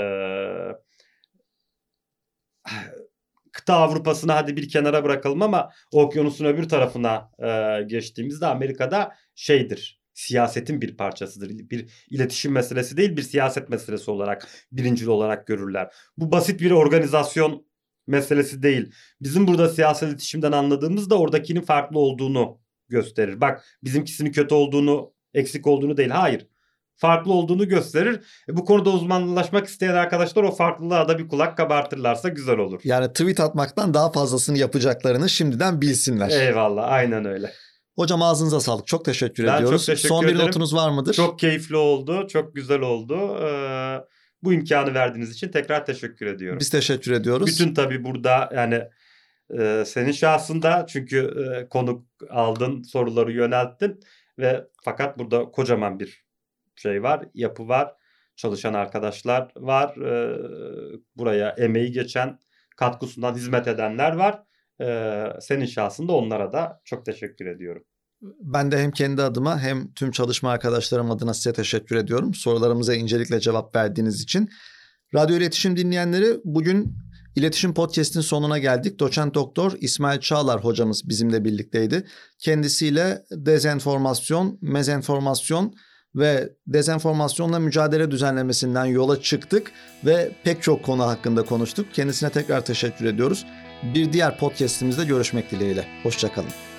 kıta Avrupa'sını hadi bir kenara bırakalım ama okyanusun öbür tarafına geçtiğimizde Amerika'da şeydir. Siyasetin bir parçasıdır. Bir iletişim meselesi değil, bir siyaset meselesi olarak birincil olarak görürler. Bu basit bir organizasyon meselesi değil. Bizim burada siyasal iletişimden anladığımız da oradakinin farklı olduğunu gösterir. Bak bizimkisinin kötü olduğunu, eksik olduğunu değil. Hayır. Farklı olduğunu gösterir. Bu konuda uzmanlaşmak isteyen arkadaşlar o farklılığa da bir kulak kabartırlarsa güzel olur. Yani tweet atmaktan daha fazlasını yapacaklarını şimdiden bilsinler. Eyvallah, aynen öyle. Hocam ağzınıza sağlık. Çok teşekkür ediyoruz. Çok teşekkür Son ederim. bir notunuz var mıdır? Çok keyifli oldu. Çok güzel oldu. Bu imkanı verdiğiniz için tekrar teşekkür ediyorum. Biz teşekkür ediyoruz. Bütün tabii burada yani senin şahsında çünkü konuk aldın, soruları yönelttin ve fakat burada kocaman bir şey var, yapı var, çalışan arkadaşlar var, buraya emeği geçen, katkı sunan, hizmet edenler var. Senin şahsında onlara da çok teşekkür ediyorum. Ben de hem kendi adıma hem tüm çalışma arkadaşlarım adına size teşekkür ediyorum. Sorularımıza incelikle cevap verdiğiniz için. Radyo İletişim dinleyenleri, bugün İletişim Podcast'in sonuna geldik. Doçent Doktor İsmail Çağlar hocamız bizimle birlikteydi. Kendisiyle dezenformasyon, mezenformasyon ve dezenformasyonla mücadele düzenlemesinden yola çıktık ve pek çok konu hakkında konuştuk. Kendisine tekrar teşekkür ediyoruz. Bir diğer podcast'imizde görüşmek dileğiyle. Hoşça kalın.